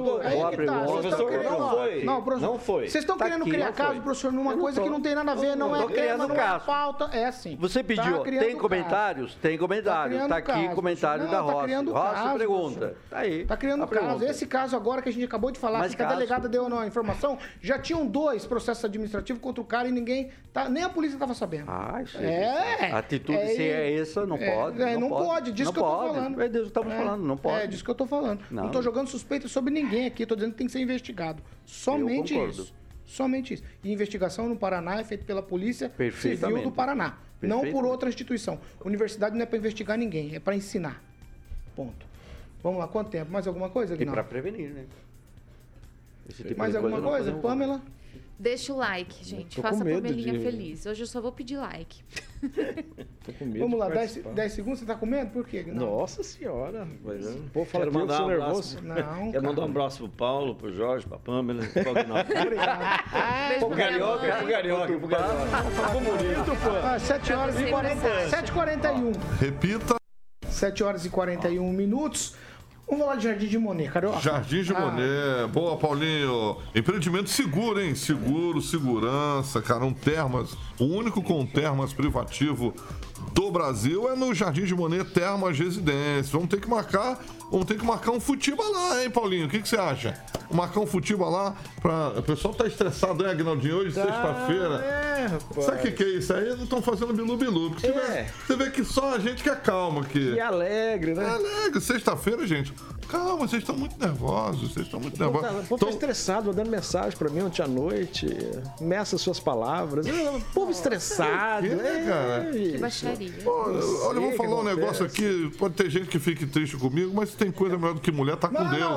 Não foi. Vocês estão querendo criar caso, professor, numa coisa que não tem nada a ver, não é tema, não é pauta, é assim. Você pediu, tem comentários? Tem comentário. Está aqui comentário da Rosa. Rossi. criando Rossi caso. pergunta. Tá aí. Tá criando caso. Esse caso agora que a gente acabou de falar, Mas que a caso- delegada deu a informação, já tinham 2 processos administrativos contra o cara e ninguém, nem a polícia estava sabendo. Isso É. A atitude se é essa, não pode. Não pode, disso que eu tô falando. É disso que estamos falando, não pode. É disso que eu tô falando. Não tô jogando suspeita sobre ninguém aqui, tô dizendo que tem que ser investigado. Somente isso. Somente isso. E investigação no Paraná é feita pela Polícia Civil do Paraná, não por outra instituição. Universidade não é para investigar ninguém, é para ensinar. Ponto. Vamos lá, quanto tempo? Mais alguma coisa, E Aguinaldo? para prevenir, né? Esse tipo Mais de alguma não coisa, podemos- Pamela? Deixa o like, gente. Tô com Faça a medo Pamelinha de- feliz. Hoje eu só vou pedir like. Tô com medo Vamos de lá, participar. 10 segundos, você tá com medo? Por quê, Aguinaldo? Nossa senhora. Pô, fala Quero que eu mandar sou um nervoso. abraço. Não, Quero mandar um abraço pro Paulo, pro Jorge, pra Pâmela, pro Aguinaldo. Beijo Pro Carioca, pro Carioca, pro Carioca. 7 horas e 41. Repita. 7 horas e 41 minutos. Vamos falar de Jardim de Monet, Carioca. Jardim de Monet. Boa, Paulinho. Empreendimento seguro, hein? Seguro, segurança, cara. Termas. O único com termas privativo do Brasil é no Jardim de Monet Termas Residência. Vamos ter que marcar um futiba lá, hein, Paulinho? O que você acha? Marcar um futiba lá pra... O pessoal tá estressado, hein, Aguinaldinho? Hoje, sexta-feira. rapaz. Sabe o que é isso aí? Não estão fazendo bilu-bilu. Porque você vê que só a gente que é calma aqui. E alegre, né? Alegre. Sexta-feira, gente. Calma, vocês estão muito nervosos. O povo tá estressado, mandando mensagem pra mim ontem à noite. Meça suas palavras. Povo estressado. Que, né, cara? Que baixaria. Olha, eu vou falar um negócio aqui. Pode ter gente que fique triste comigo, mas se tem coisa melhor do que mulher, tá com Deus.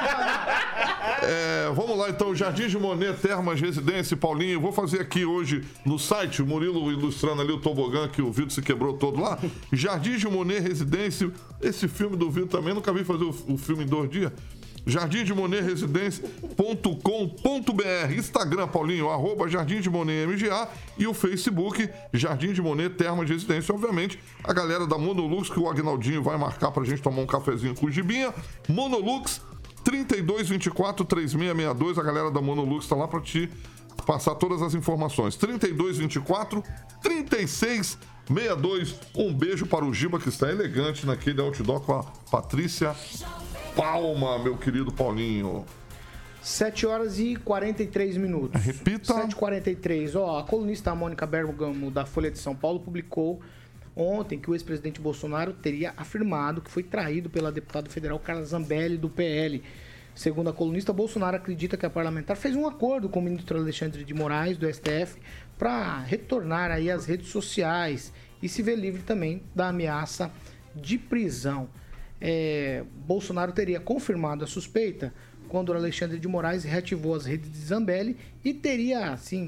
Vamos lá, então. Jardim de Monet, Termas Residência, Paulinho. Vou fazer aqui hoje no site, o Murilo ilustrando ali o tobogã, que o vidro se quebrou todo lá. Jardim de Monet Residência. Esse filme do vidro também, nunca vi fazer o filme em 2 dias. Jardim de Monet Residência.com.br. Instagram, Paulinho, @ Jardim de Monet MGA. E o Facebook, Jardim de Monet Termas Residência. Obviamente, a galera da Monolux, que o Aguinaldinho vai marcar pra gente tomar um cafezinho com o Gibinha. Monolux 3224-3662. A galera da Monolux tá lá pra te passar todas as informações. 3224-3662. Um beijo para o Giba, que está elegante naquele outdoor com a Patrícia Palma, meu querido Paulinho. 7 horas e 43 minutos. Repita. 7h43. A colunista Mônica Bergamo, da Folha de São Paulo, publicou ontem que o ex-presidente Bolsonaro teria afirmado que foi traído pela deputada federal Carla Zambelli, do PL. Segundo a colunista, Bolsonaro acredita que a parlamentar fez um acordo com o ministro Alexandre de Moraes, do STF, para retornar aí às redes sociais e se ver livre também da ameaça de prisão. Bolsonaro teria confirmado a suspeita quando o Alexandre de Moraes reativou as redes de Zambelli e teria, assim,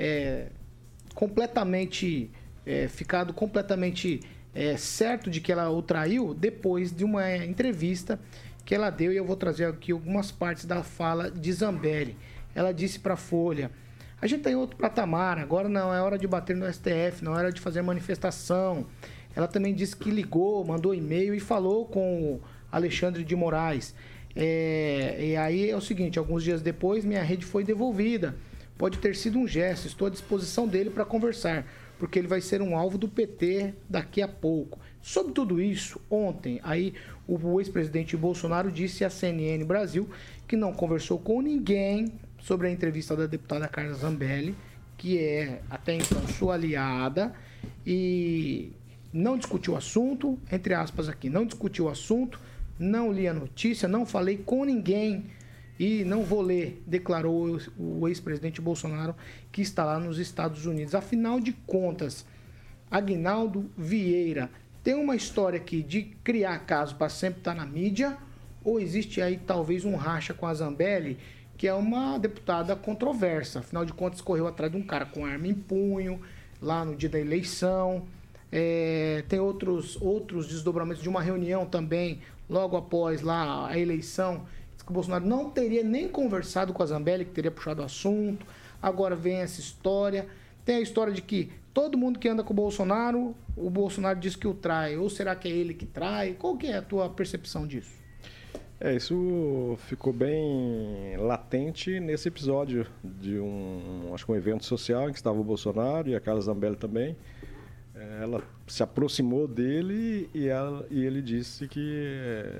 ficado completamente certo de que ela o traiu depois de uma entrevista que ela deu, e eu vou trazer aqui algumas partes da fala de Zambelli. Ela disse para a Folha: a gente está em outro patamar, agora não é hora de bater no STF, não é hora de fazer manifestação. Ela também disse que ligou, mandou e-mail e falou com o Alexandre de Moraes. E aí é o seguinte: alguns dias depois minha rede foi devolvida. Pode ter sido um gesto, estou à disposição dele para conversar, porque ele vai ser um alvo do PT daqui a pouco. Sobre tudo isso, ontem, aí o ex-presidente Bolsonaro disse à CNN Brasil que não conversou com ninguém sobre a entrevista da deputada Carla Zambelli, que é até então sua aliada, e não discutiu o assunto, entre aspas aqui, não discutiu o assunto, não li a notícia, não falei com ninguém e não vou ler, declarou o ex-presidente Bolsonaro, que está lá nos Estados Unidos. Afinal de contas, Aguinaldo Vieira, tem uma história aqui de criar caso para sempre estar na mídia, ou existe aí talvez um racha com a Zambelli, que é uma deputada controversa? Afinal de contas, correu atrás de um cara com arma em punho, lá no dia da eleição. Tem outros desdobramentos de uma reunião também, logo após lá a eleição, que o Bolsonaro não teria nem conversado com a Zambelli, que teria puxado o assunto. Agora vem essa história. Tem a história de que todo mundo que anda com o Bolsonaro diz que o trai. Ou será que é ele que trai? Qual que é a tua percepção disso? Isso ficou bem latente nesse episódio de um evento social em que estava o Bolsonaro e a Carla Zambelli também. ela se aproximou dele e ele disse que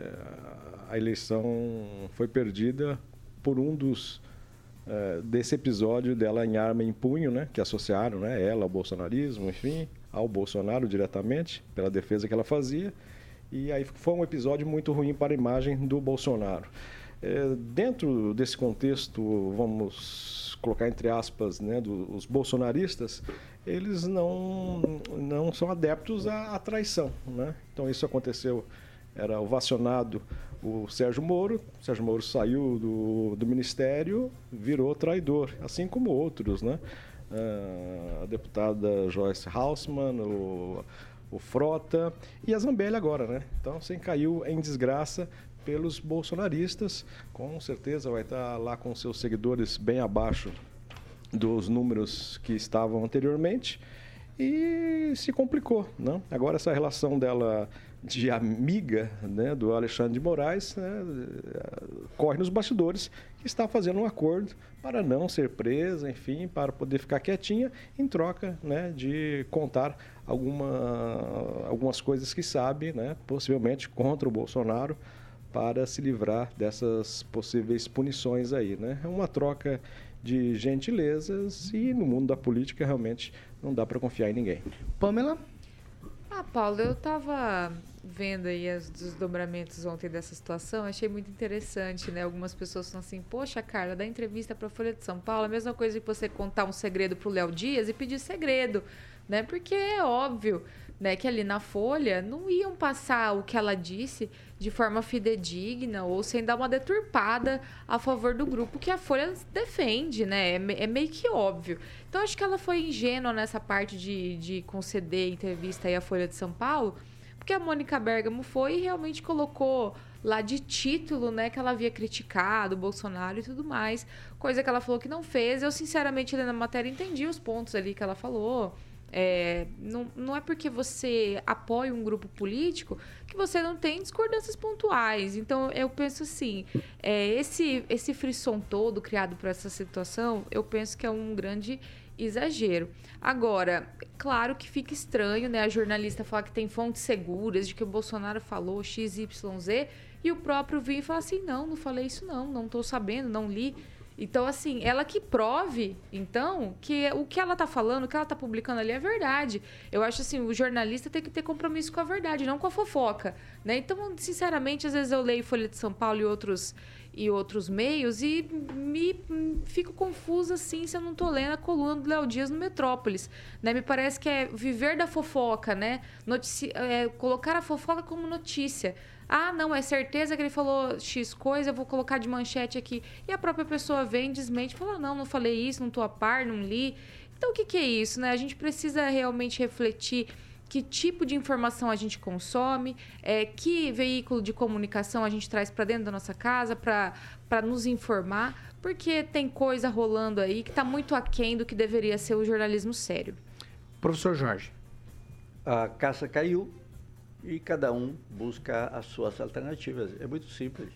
a eleição foi perdida por um desse episódio dela em arma em punho, né, que associaram, né, ela ao bolsonarismo, enfim, ao Bolsonaro diretamente, pela defesa que ela fazia. E aí foi um episódio muito ruim para a imagem do Bolsonaro. Dentro desse contexto, vamos colocar entre aspas, né, os bolsonaristas, eles não são adeptos à traição, né? Então isso aconteceu, era ovacionado o Sérgio Moro saiu do ministério, virou traidor, assim como outros, né? A deputada Joyce Haussmann, o Frota e a Zambelli agora, né? Então você caiu em desgraça pelos bolsonaristas, com certeza vai estar lá com seus seguidores bem abaixo dos números que estavam anteriormente e se complicou, né? Agora essa relação dela de amiga, né, do Alexandre de Moraes, né, corre nos bastidores, que está fazendo um acordo para não ser presa, enfim, para poder ficar quietinha, em troca, né, de contar algumas coisas que sabe, né, possivelmente contra o Bolsonaro, para se livrar dessas possíveis punições aí, né? É uma troca de gentilezas e no mundo da política realmente não dá para confiar em ninguém. Pamela? Paulo, eu estava vendo aí os desdobramentos ontem dessa situação, achei muito interessante, né? Algumas pessoas falam assim, poxa, Carla, dá entrevista para a Folha de São Paulo, a mesma coisa que você contar um segredo para o Léo Dias e pedir segredo, né? Porque é óbvio, né, que ali na Folha não iam passar o que ela disse de forma fidedigna ou sem dar uma deturpada a favor do grupo que a Folha defende, né? É meio que óbvio. Então, acho que ela foi ingênua nessa parte de conceder entrevista aí à Folha de São Paulo, porque a Mônica Bergamo foi e realmente colocou lá de título, né, que ela havia criticado o Bolsonaro e tudo mais, coisa que ela falou que não fez. Eu, sinceramente, lendo a matéria, entendi os pontos ali que ela falou. Não é porque você apoia um grupo político que você não tem discordâncias pontuais. Então, eu penso assim, esse frisson todo criado por essa situação, eu penso que é um grande exagero. Agora, claro que fica estranho, né, a jornalista falar que tem fontes seguras de que o Bolsonaro falou XYZ e o próprio vir e falar assim, não falei isso não estou sabendo, não li. Então, assim, ela que prove, então, que o que ela tá falando, o que ela tá publicando ali é verdade. Eu acho assim, o jornalista tem que ter compromisso com a verdade, não com a fofoca, né? Então, sinceramente, às vezes eu leio Folha de São Paulo e outros meios e me fico confusa, assim, se eu não tô lendo a coluna do Léo Dias no Metrópolis, né? Me parece que é viver da fofoca, né? Colocar a fofoca como notícia. Ah, não, é certeza que ele falou X coisa, eu vou colocar de manchete aqui. E a própria pessoa vem, desmente, fala, não falei isso, não tô a par, não li. Então, o que é isso, né? A gente precisa realmente refletir que tipo de informação a gente consome, que veículo de comunicação a gente traz para dentro da nossa casa para nos informar, porque tem coisa rolando aí que está muito aquém do que deveria ser o jornalismo sério. Professor Jorge. A caça caiu e cada um busca as suas alternativas. É muito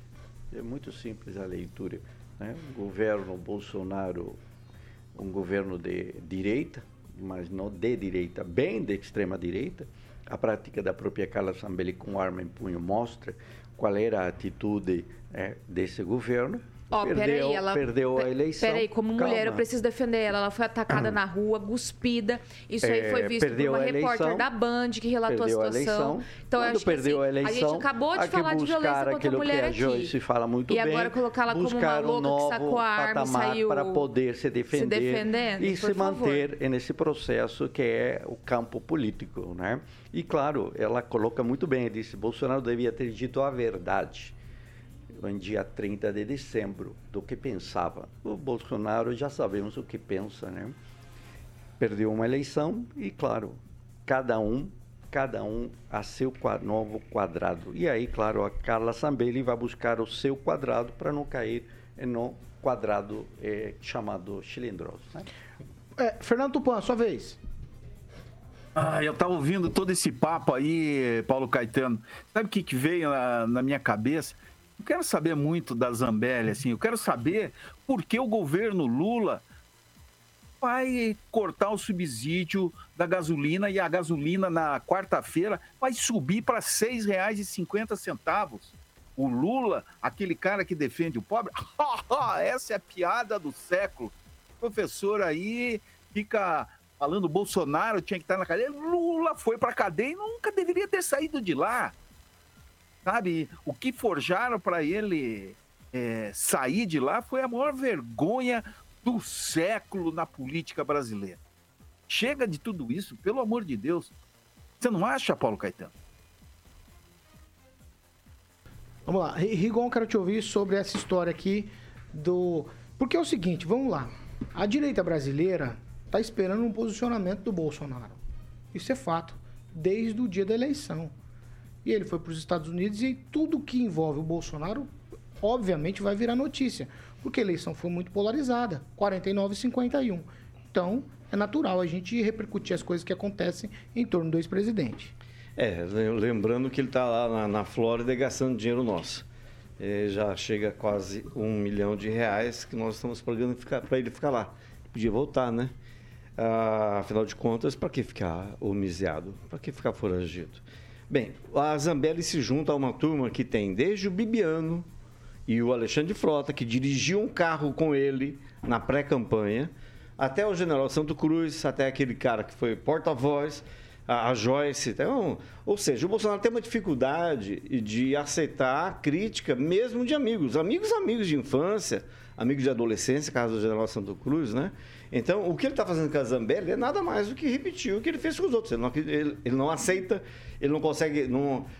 simples a leitura, né? O governo Bolsonaro, um governo de direita, mas não de direita, bem de extrema direita. A prática da própria Carla Zambelli com arma em punho mostra qual era a atitude desse governo. Perdeu a eleição. Peraí, como mulher eu preciso defender ela. Ela foi atacada na rua, cuspida. Isso aí foi visto por uma repórter da Band que relatou a situação. Então, eu acho que assim, a gente acabou de falar de violência contra a mulher aqui. Joyce fala muito bem. E agora colocá-la como uma louca que sacou a arma e saiu para poder se defender e se manter nesse processo que é o campo político, né? E claro, ela coloca muito bem, disse, Bolsonaro devia ter dito a verdade no dia 30 de dezembro, do que pensava. O Bolsonaro, já sabemos o que pensa, né? Perdeu uma eleição e, claro, cada um a seu novo quadrado. E aí, claro, a Carla Zambelli vai buscar o seu quadrado para não cair no quadrado chamado cilindroso, né? Fernando Tupan, sua vez. Eu estava ouvindo todo esse papo aí, Paulo Caetano. Sabe o que veio na minha cabeça? Eu quero saber muito da Zambelli, assim, eu quero saber por que o governo Lula vai cortar o subsídio da gasolina e a gasolina na quarta-feira vai subir para R$ 6,50. O Lula, aquele cara que defende o pobre, essa é a piada do século. O professor aí fica falando Bolsonaro tinha que estar na cadeia. Lula foi para a cadeia e nunca deveria ter saído de lá. Sabe, o que forjaram para ele sair de lá foi a maior vergonha do século na política brasileira. Chega de tudo isso, pelo amor de Deus. Você não acha, Paulo Caetano? Vamos lá. Rigon, quero te ouvir sobre essa história aqui do... Porque é o seguinte, vamos lá. A direita brasileira está esperando um posicionamento do Bolsonaro. Isso é fato. Desde o dia da eleição. E ele foi para os Estados Unidos e tudo que envolve o Bolsonaro, obviamente, vai virar notícia. Porque a eleição foi muito polarizada. 49-51. Então, é natural a gente repercutir as coisas que acontecem em torno do ex-presidente. Lembrando que ele está lá na Flórida gastando dinheiro nosso. Já chega a quase R$1 milhão que nós estamos pagando para ele ficar lá. Podia voltar, né? Afinal de contas, para que ficar homiziado? Para que ficar foragido? Bem, a Zambelli se junta a uma turma que tem desde o Bibiano e o Alexandre Frota, que dirigiu um carro com ele na pré-campanha, até o general Santo Cruz, até aquele cara que foi porta-voz, a Joyce. Então, ou seja, o Bolsonaro tem uma dificuldade de aceitar a crítica mesmo de amigos de infância, amigos de adolescência, caso do general Santo Cruz, né? Então, o que ele está fazendo com a Zambelli é nada mais do que repetir o que ele fez com os outros. Ele não aceita, ele não consegue...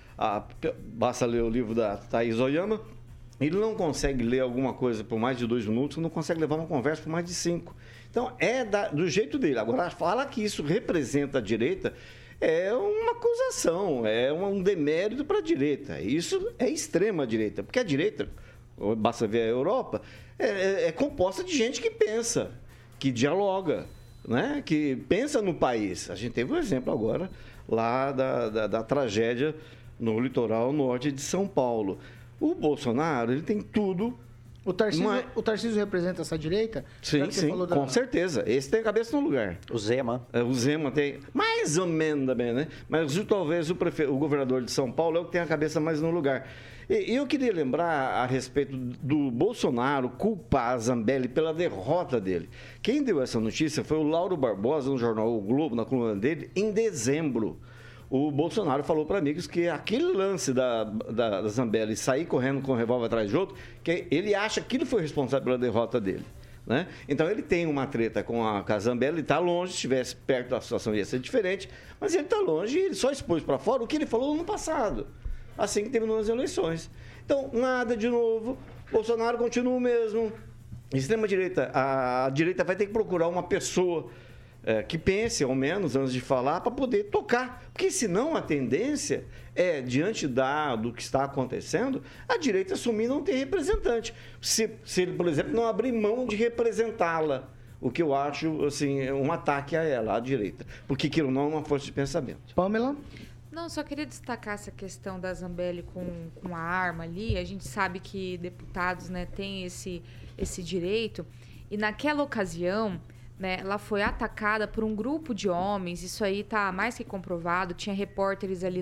basta ler o livro da Thaís Oyama, ele não consegue ler alguma coisa por mais de 2 minutos, não consegue levar uma conversa por mais de 5. Então, do jeito dele. Agora, falar que isso representa a direita é uma acusação, é um demérito para a direita. Isso é extrema-direita, porque a direita, basta ver a Europa, é composta de gente que pensa, que dialoga, né? Que pensa no país. A gente teve um exemplo agora lá da tragédia no litoral norte de São Paulo. O Bolsonaro, ele tem tudo. O Tarcísio representa essa direita? Sim, com certeza. Esse tem a cabeça no lugar. O Zema. O Zema tem mais ou menos também, né? Mas talvez o governador de São Paulo é o que tem a cabeça mais no lugar. E eu queria lembrar a respeito do Bolsonaro culpar a Zambelli pela derrota dele. Quem deu essa notícia foi o Lauro Barbosa, no jornal O Globo, na coluna dele, em dezembro. O Bolsonaro falou para amigos que aquele lance da Zambelli sair correndo com o revólver atrás de outro, que ele acha que ele foi responsável pela derrota dele. Né? Então ele tem uma treta com a Zambelli, ele está longe, se estivesse perto da situação ia ser diferente, mas ele está longe e ele só expôs para fora o que ele falou no ano passado, assim que terminou as eleições. Então, nada de novo, Bolsonaro continua o mesmo. Extrema-direita, a direita vai ter que procurar uma pessoa que pense, ao menos, antes de falar, para poder tocar. Porque, senão, a tendência é, diante do que está acontecendo, a direita assumir e não ter representante. Se ele, por exemplo, não abrir mão de representá-la, o que eu acho, assim, um ataque a ela, à direita. Porque aquilo não é uma força de pensamento. Pamela? Não, só queria destacar essa questão da Zambelli com a arma ali. A gente sabe que deputados, né, têm esse direito. E naquela ocasião... né, ela foi atacada por um grupo de homens, isso aí tá mais que comprovado, tinha repórteres ali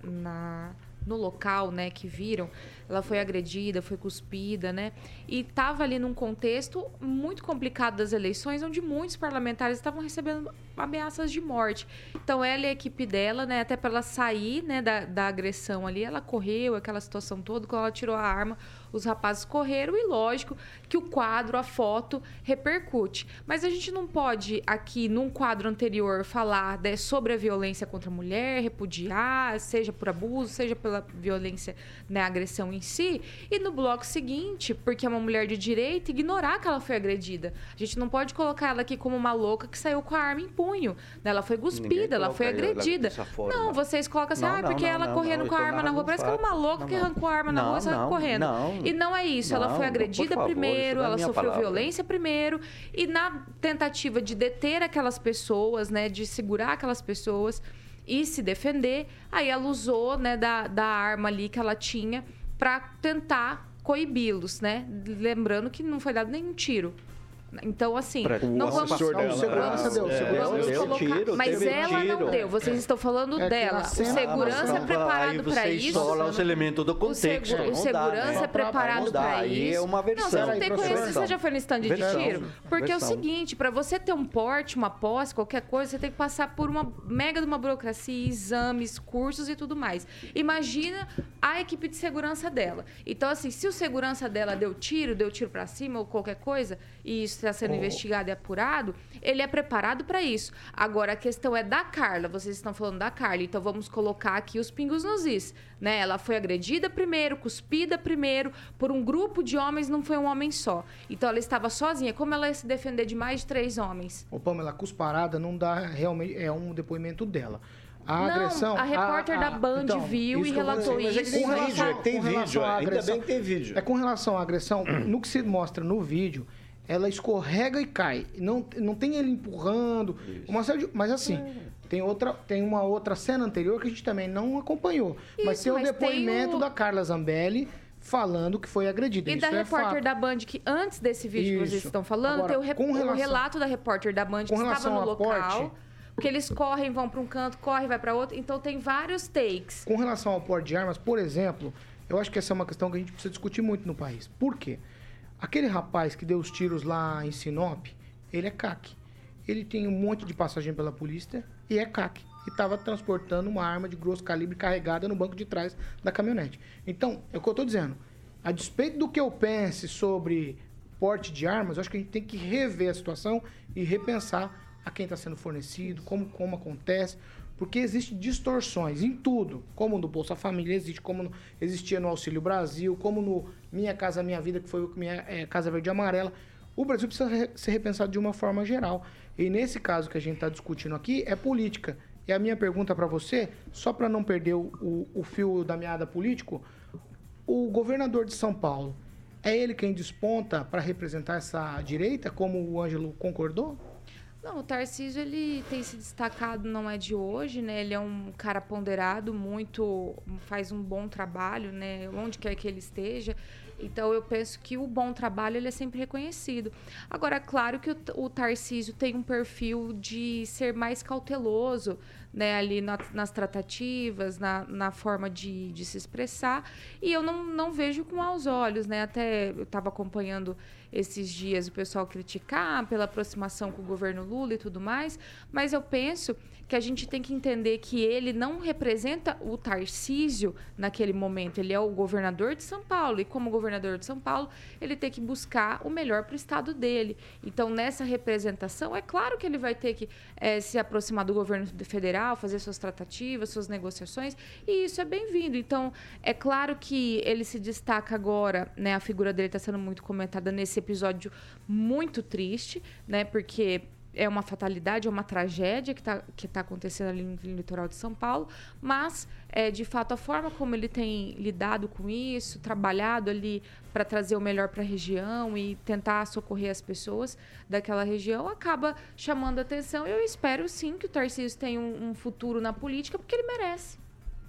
no local, né, que viram, ela foi agredida, foi cuspida, né, e estava ali num contexto muito complicado das eleições, onde muitos parlamentares estavam recebendo ameaças de morte. Então, ela e a equipe dela, né, até para ela sair, né, da agressão ali, ela correu, aquela situação toda, quando ela tirou a arma, os rapazes correram e, lógico, que o quadro, a foto, repercute. Mas a gente não pode, aqui, num quadro anterior, falar sobre a violência contra a mulher, repudiar, seja por abuso, seja pela violência, né, agressão em si, e no bloco seguinte, porque é uma mulher de direita, ignorar que ela foi agredida. A gente não pode colocar ela aqui como uma louca que saiu com a arma em punho. Ela foi cuspida, ela foi agredida. Não, vocês colocam assim, porque ela correndo com a arma na rua, parece que ela é uma louca que arrancou a arma na rua e saiu correndo. E não é isso, ela foi agredida primeiro, ela sofreu violência primeiro, e na tentativa de deter aquelas pessoas, né, de segurar aquelas pessoas e se defender, aí ela usou, né, da arma ali que ela tinha para tentar coibi-los, né? Lembrando que não foi dado nenhum tiro, Então, assim, não vamos... O segurança deu. Mas ela não deu. Vocês estão falando dela. O segurança é preparado para isso. Os elementos do contexto. O segurança é preparado para isso. Aí é uma versão. Não, você não tem conhecimento. Você já foi no stand de tiro? Porque é o seguinte, para você ter um porte, uma posse, qualquer coisa, você tem que passar por uma mega de uma burocracia, exames, cursos e tudo mais. Imagina a equipe de segurança dela. Então, assim, se o segurança dela deu tiro para cima ou qualquer coisa, e isso está sendo investigado e apurado, ele é preparado para isso. Agora, a questão é da Carla. Vocês estão falando da Carla, então vamos colocar aqui os pingos nos is, né? Ela foi agredida primeiro, cuspida primeiro, por um grupo de homens, não foi um homem só. Então, ela estava sozinha. Como ela ia se defender de mais de 3 homens? Ô, Pamela, cusparada não dá realmente... É um depoimento dela. A repórter da Band viu e relatou isso. Tem vídeo, ainda bem que tem vídeo. É com relação à agressão, no que se mostra no vídeo, ela escorrega e cai. Não tem ele empurrando. Mas assim, tem uma outra cena anterior que a gente também não acompanhou. Mas tem o depoimento da Carla Zambelli falando que foi agredida. E da repórter da Band, que antes desse vídeo que vocês estão falando, agora, tem o relato da repórter da Band que estava no local. Porque eles correm, vão para um canto, vai para outro. Então, tem vários takes. Com relação ao porte de armas, por exemplo, eu acho que essa é uma questão que a gente precisa discutir muito no país. Por quê? Aquele rapaz que deu os tiros lá em Sinop, ele é CAC. Ele tem um monte de passagem pela polícia e é CAC. E estava transportando uma arma de grosso calibre carregada no banco de trás da caminhonete. Então, é o que eu estou dizendo. A despeito do que eu pense sobre porte de armas, eu acho que a gente tem que rever a situação e repensar a quem está sendo fornecido, como acontece, porque existem distorções em tudo, como no Bolsa Família existe, como existia no Auxílio Brasil, como no Minha Casa Minha Vida, que foi o Minha Casa Verde e Amarela. O Brasil precisa ser repensado de uma forma geral. E nesse caso que a gente está discutindo aqui, é política. E a minha pergunta para você, só para não perder o fio da meada político, o governador de São Paulo, é ele quem desponta para representar essa direita, como o Ângelo concordou? Não, o Tarcísio, ele tem se destacado, não é de hoje, né? Ele é um cara ponderado, faz um bom trabalho, né? Onde quer que ele esteja. Então, eu penso que o bom trabalho, ele é sempre reconhecido. Agora, claro que o Tarcísio tem um perfil de ser mais cauteloso, né? Ali nas tratativas, na forma de se expressar. E eu não vejo com maus olhos, né? Até eu estava acompanhando esses dias o pessoal criticar pela aproximação com o governo Lula e tudo mais, mas eu penso que a gente tem que entender que ele não representa o Tarcísio naquele momento, ele é o governador de São Paulo, e como governador de São Paulo, ele tem que buscar o melhor para o estado dele. Então, nessa representação, é claro que ele vai ter que se aproximar do governo federal, fazer suas tratativas, suas negociações, e isso é bem-vindo. Então, é claro que ele se destaca agora, né, a figura dele está sendo muito comentada nesse episódio muito triste, né, porque é uma fatalidade, é uma tragédia que tá acontecendo ali no litoral de São Paulo, mas, de fato, a forma como ele tem lidado com isso, trabalhado ali para trazer o melhor para a região e tentar socorrer as pessoas daquela região, acaba chamando a atenção. Eu espero, sim, que o Tarcísio tenha um futuro na política, porque ele merece.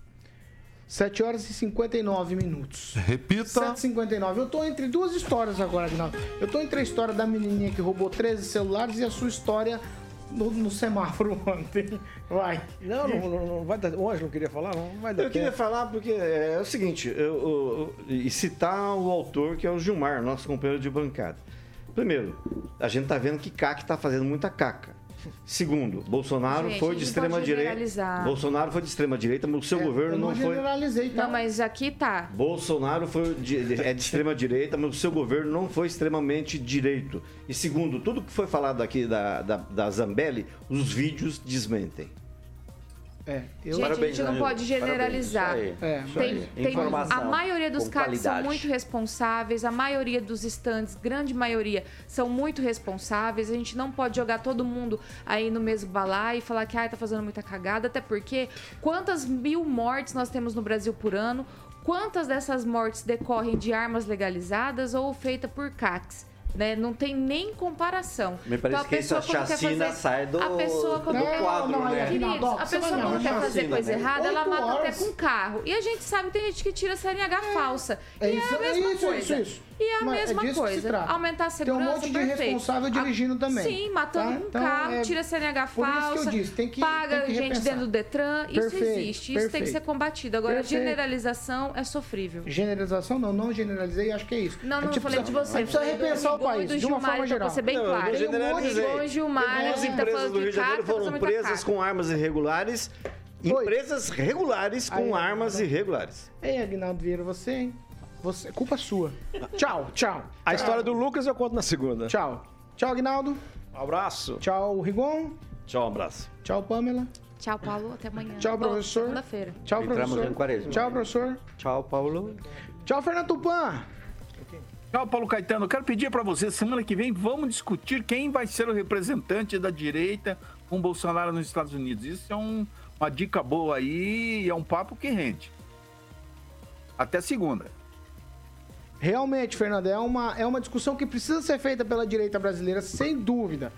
7 horas e 59 minutos. Repita. 7h59. Eu tô entre duas histórias agora, Aguinaldo. Eu tô entre a história da menininha que roubou 13 celulares e a sua história no semáforo ontem. Vai. Não vai dar. O Ângelo queria falar? Não vai dar. Eu queria falar porque é o seguinte, e citar o autor, que é o Gilmar, nosso companheiro de bancada. Primeiro, a gente tá vendo que CAC tá fazendo muita caca. Segundo, Bolsonaro foi de extrema direita. Bolsonaro foi de extrema direita, mas o seu governo não foi. Tá? Não, mas aqui tá. Bolsonaro de extrema direita, mas o seu governo não foi extremamente direito. E segundo, tudo que foi falado aqui da Zambelli, os vídeos desmentem. Gente, a gente não pode generalizar. A maioria dos CACs são muito responsáveis, a maioria dos estandes, grande maioria, são muito responsáveis. A gente não pode jogar todo mundo aí no mesmo balaio e falar que tá fazendo muita cagada, até porque quantas 1000 mortes nós temos no Brasil por ano? Quantas dessas mortes decorrem de armas legalizadas ou feitas por CACs? Né? Não tem nem comparação. Me parece então, que essa chacina sai do quadro, né? Queridos, a pessoa quando quer fazer coisa errada, ela mata até com carro. E a gente sabe que tem gente que tira CNH falsa. E é a mesma coisa. E é a mesma coisa. Aumentar a segurança, tem um monte de responsável dirigindo também. Sim, matando um carro, tira CNH falsa, por isso que eu disse, tem que paga gente repensar. dentro do Detran. Isso existe, isso tem que ser combatido. Agora, generalização é sofrível. Generalização não generalizei, acho que é isso. Não falei de você. A gente precisa repensar o país, de uma forma geral. Pra ser bem claro. Eu generalizei. Duas empresas do Rio de Janeiro foram presas com armas irregulares. Empresas regulares com armas irregulares. Ei, Aguinaldo Vieira, você, hein? Você, culpa sua. Tchau. A história do Lucas eu conto na segunda. Tchau, Aguinaldo. Um abraço. Tchau, Rigon. Tchau, um abraço. Tchau, Pamela. Tchau, Paulo. Até amanhã. Tchau, professor. Segunda-feira. Tchau, professor. Entramos em quaresma. Tchau, professor. Tchau, Paulo. Tchau, Fernando Tupan. Tchau, Paulo Caetano. Eu quero pedir para você, semana que vem, vamos discutir quem vai ser o representante da direita com Bolsonaro nos Estados Unidos. Isso é uma dica boa aí e é um papo que rende. Até segunda. Realmente, Fernando, é uma discussão que precisa ser feita pela direita brasileira, sem dúvida.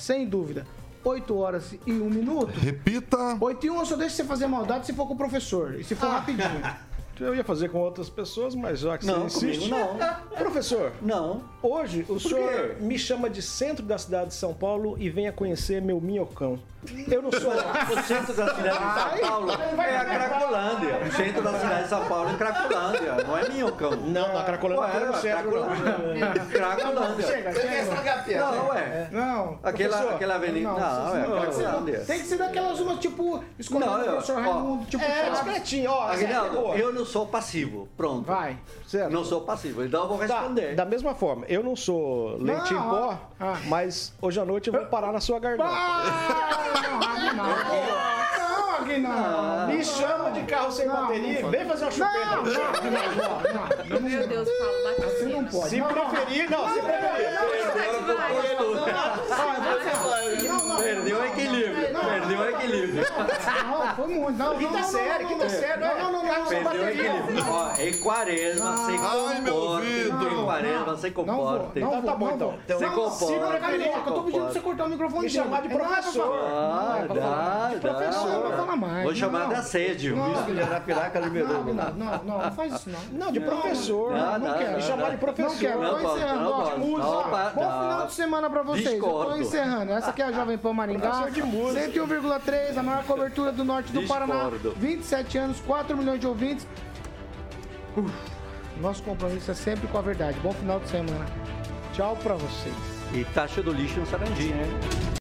8 horas e 1 minuto. Repita. 8 e 1, eu só deixo você fazer maldade se for com o professor. E se for rapidinho. Eu ia fazer com outras pessoas, mas já que você insiste... Não. Professor, não. Hoje o senhor me chama de centro da cidade de São Paulo e venha conhecer meu minhocão. Eu não sou... O centro da cidade de São Paulo é a Cracolândia. O centro da cidade de São Paulo é Cracolândia, não é Minhocão. Não, a Cracolândia é o centro. Cracolândia. Chega. Não, ué. Não. Aquela avenida... Não, é Cracolândia. Tem que ser daquelas umas, tipo, escolhendo o professor Raimundo, tipo... discretinho, ó. Aguinaldo, eu não sou passivo, pronto. Vai, certo. Não sou passivo, então eu vou responder. Da mesma forma, eu não sou leite em pó, mas hoje à noite eu vou parar na sua garganta. Não, Aguinaldo. Me chama de carro sem bateria, vem fazer uma chupeta. Não. Meu Deus, Paulo, bate Você não pode. Se preferir, não. Se preferir. Perdeu o equilíbrio. Não, foi muito. Não, quinta série. Não. Perdeu o equilíbrio. Ó, em Quaresma, sem comporte. Em Quaresma, sem comporte. Então tá bom, então. Sem comporte. Eu tô pedindo pra você cortar o microfone Me chamar de professor. Dá. Vou chamar de assédio. Não. Isso de Arapiraca liberou. Não faz isso não. Não, de professor. Não quero. Me chamar de professor. Não quero. Tô encerrando. Bom final de semana pra vocês. Eu tô encerrando. Essa aqui é a Jovem Pan Maringá. 101,3, a maior cobertura do norte do Paraná. 27 anos, 4 milhões de ouvintes. Nosso compromisso é sempre com a verdade. Bom final de semana. Tchau pra vocês. E taxa do lixo no Sarandinho, hein?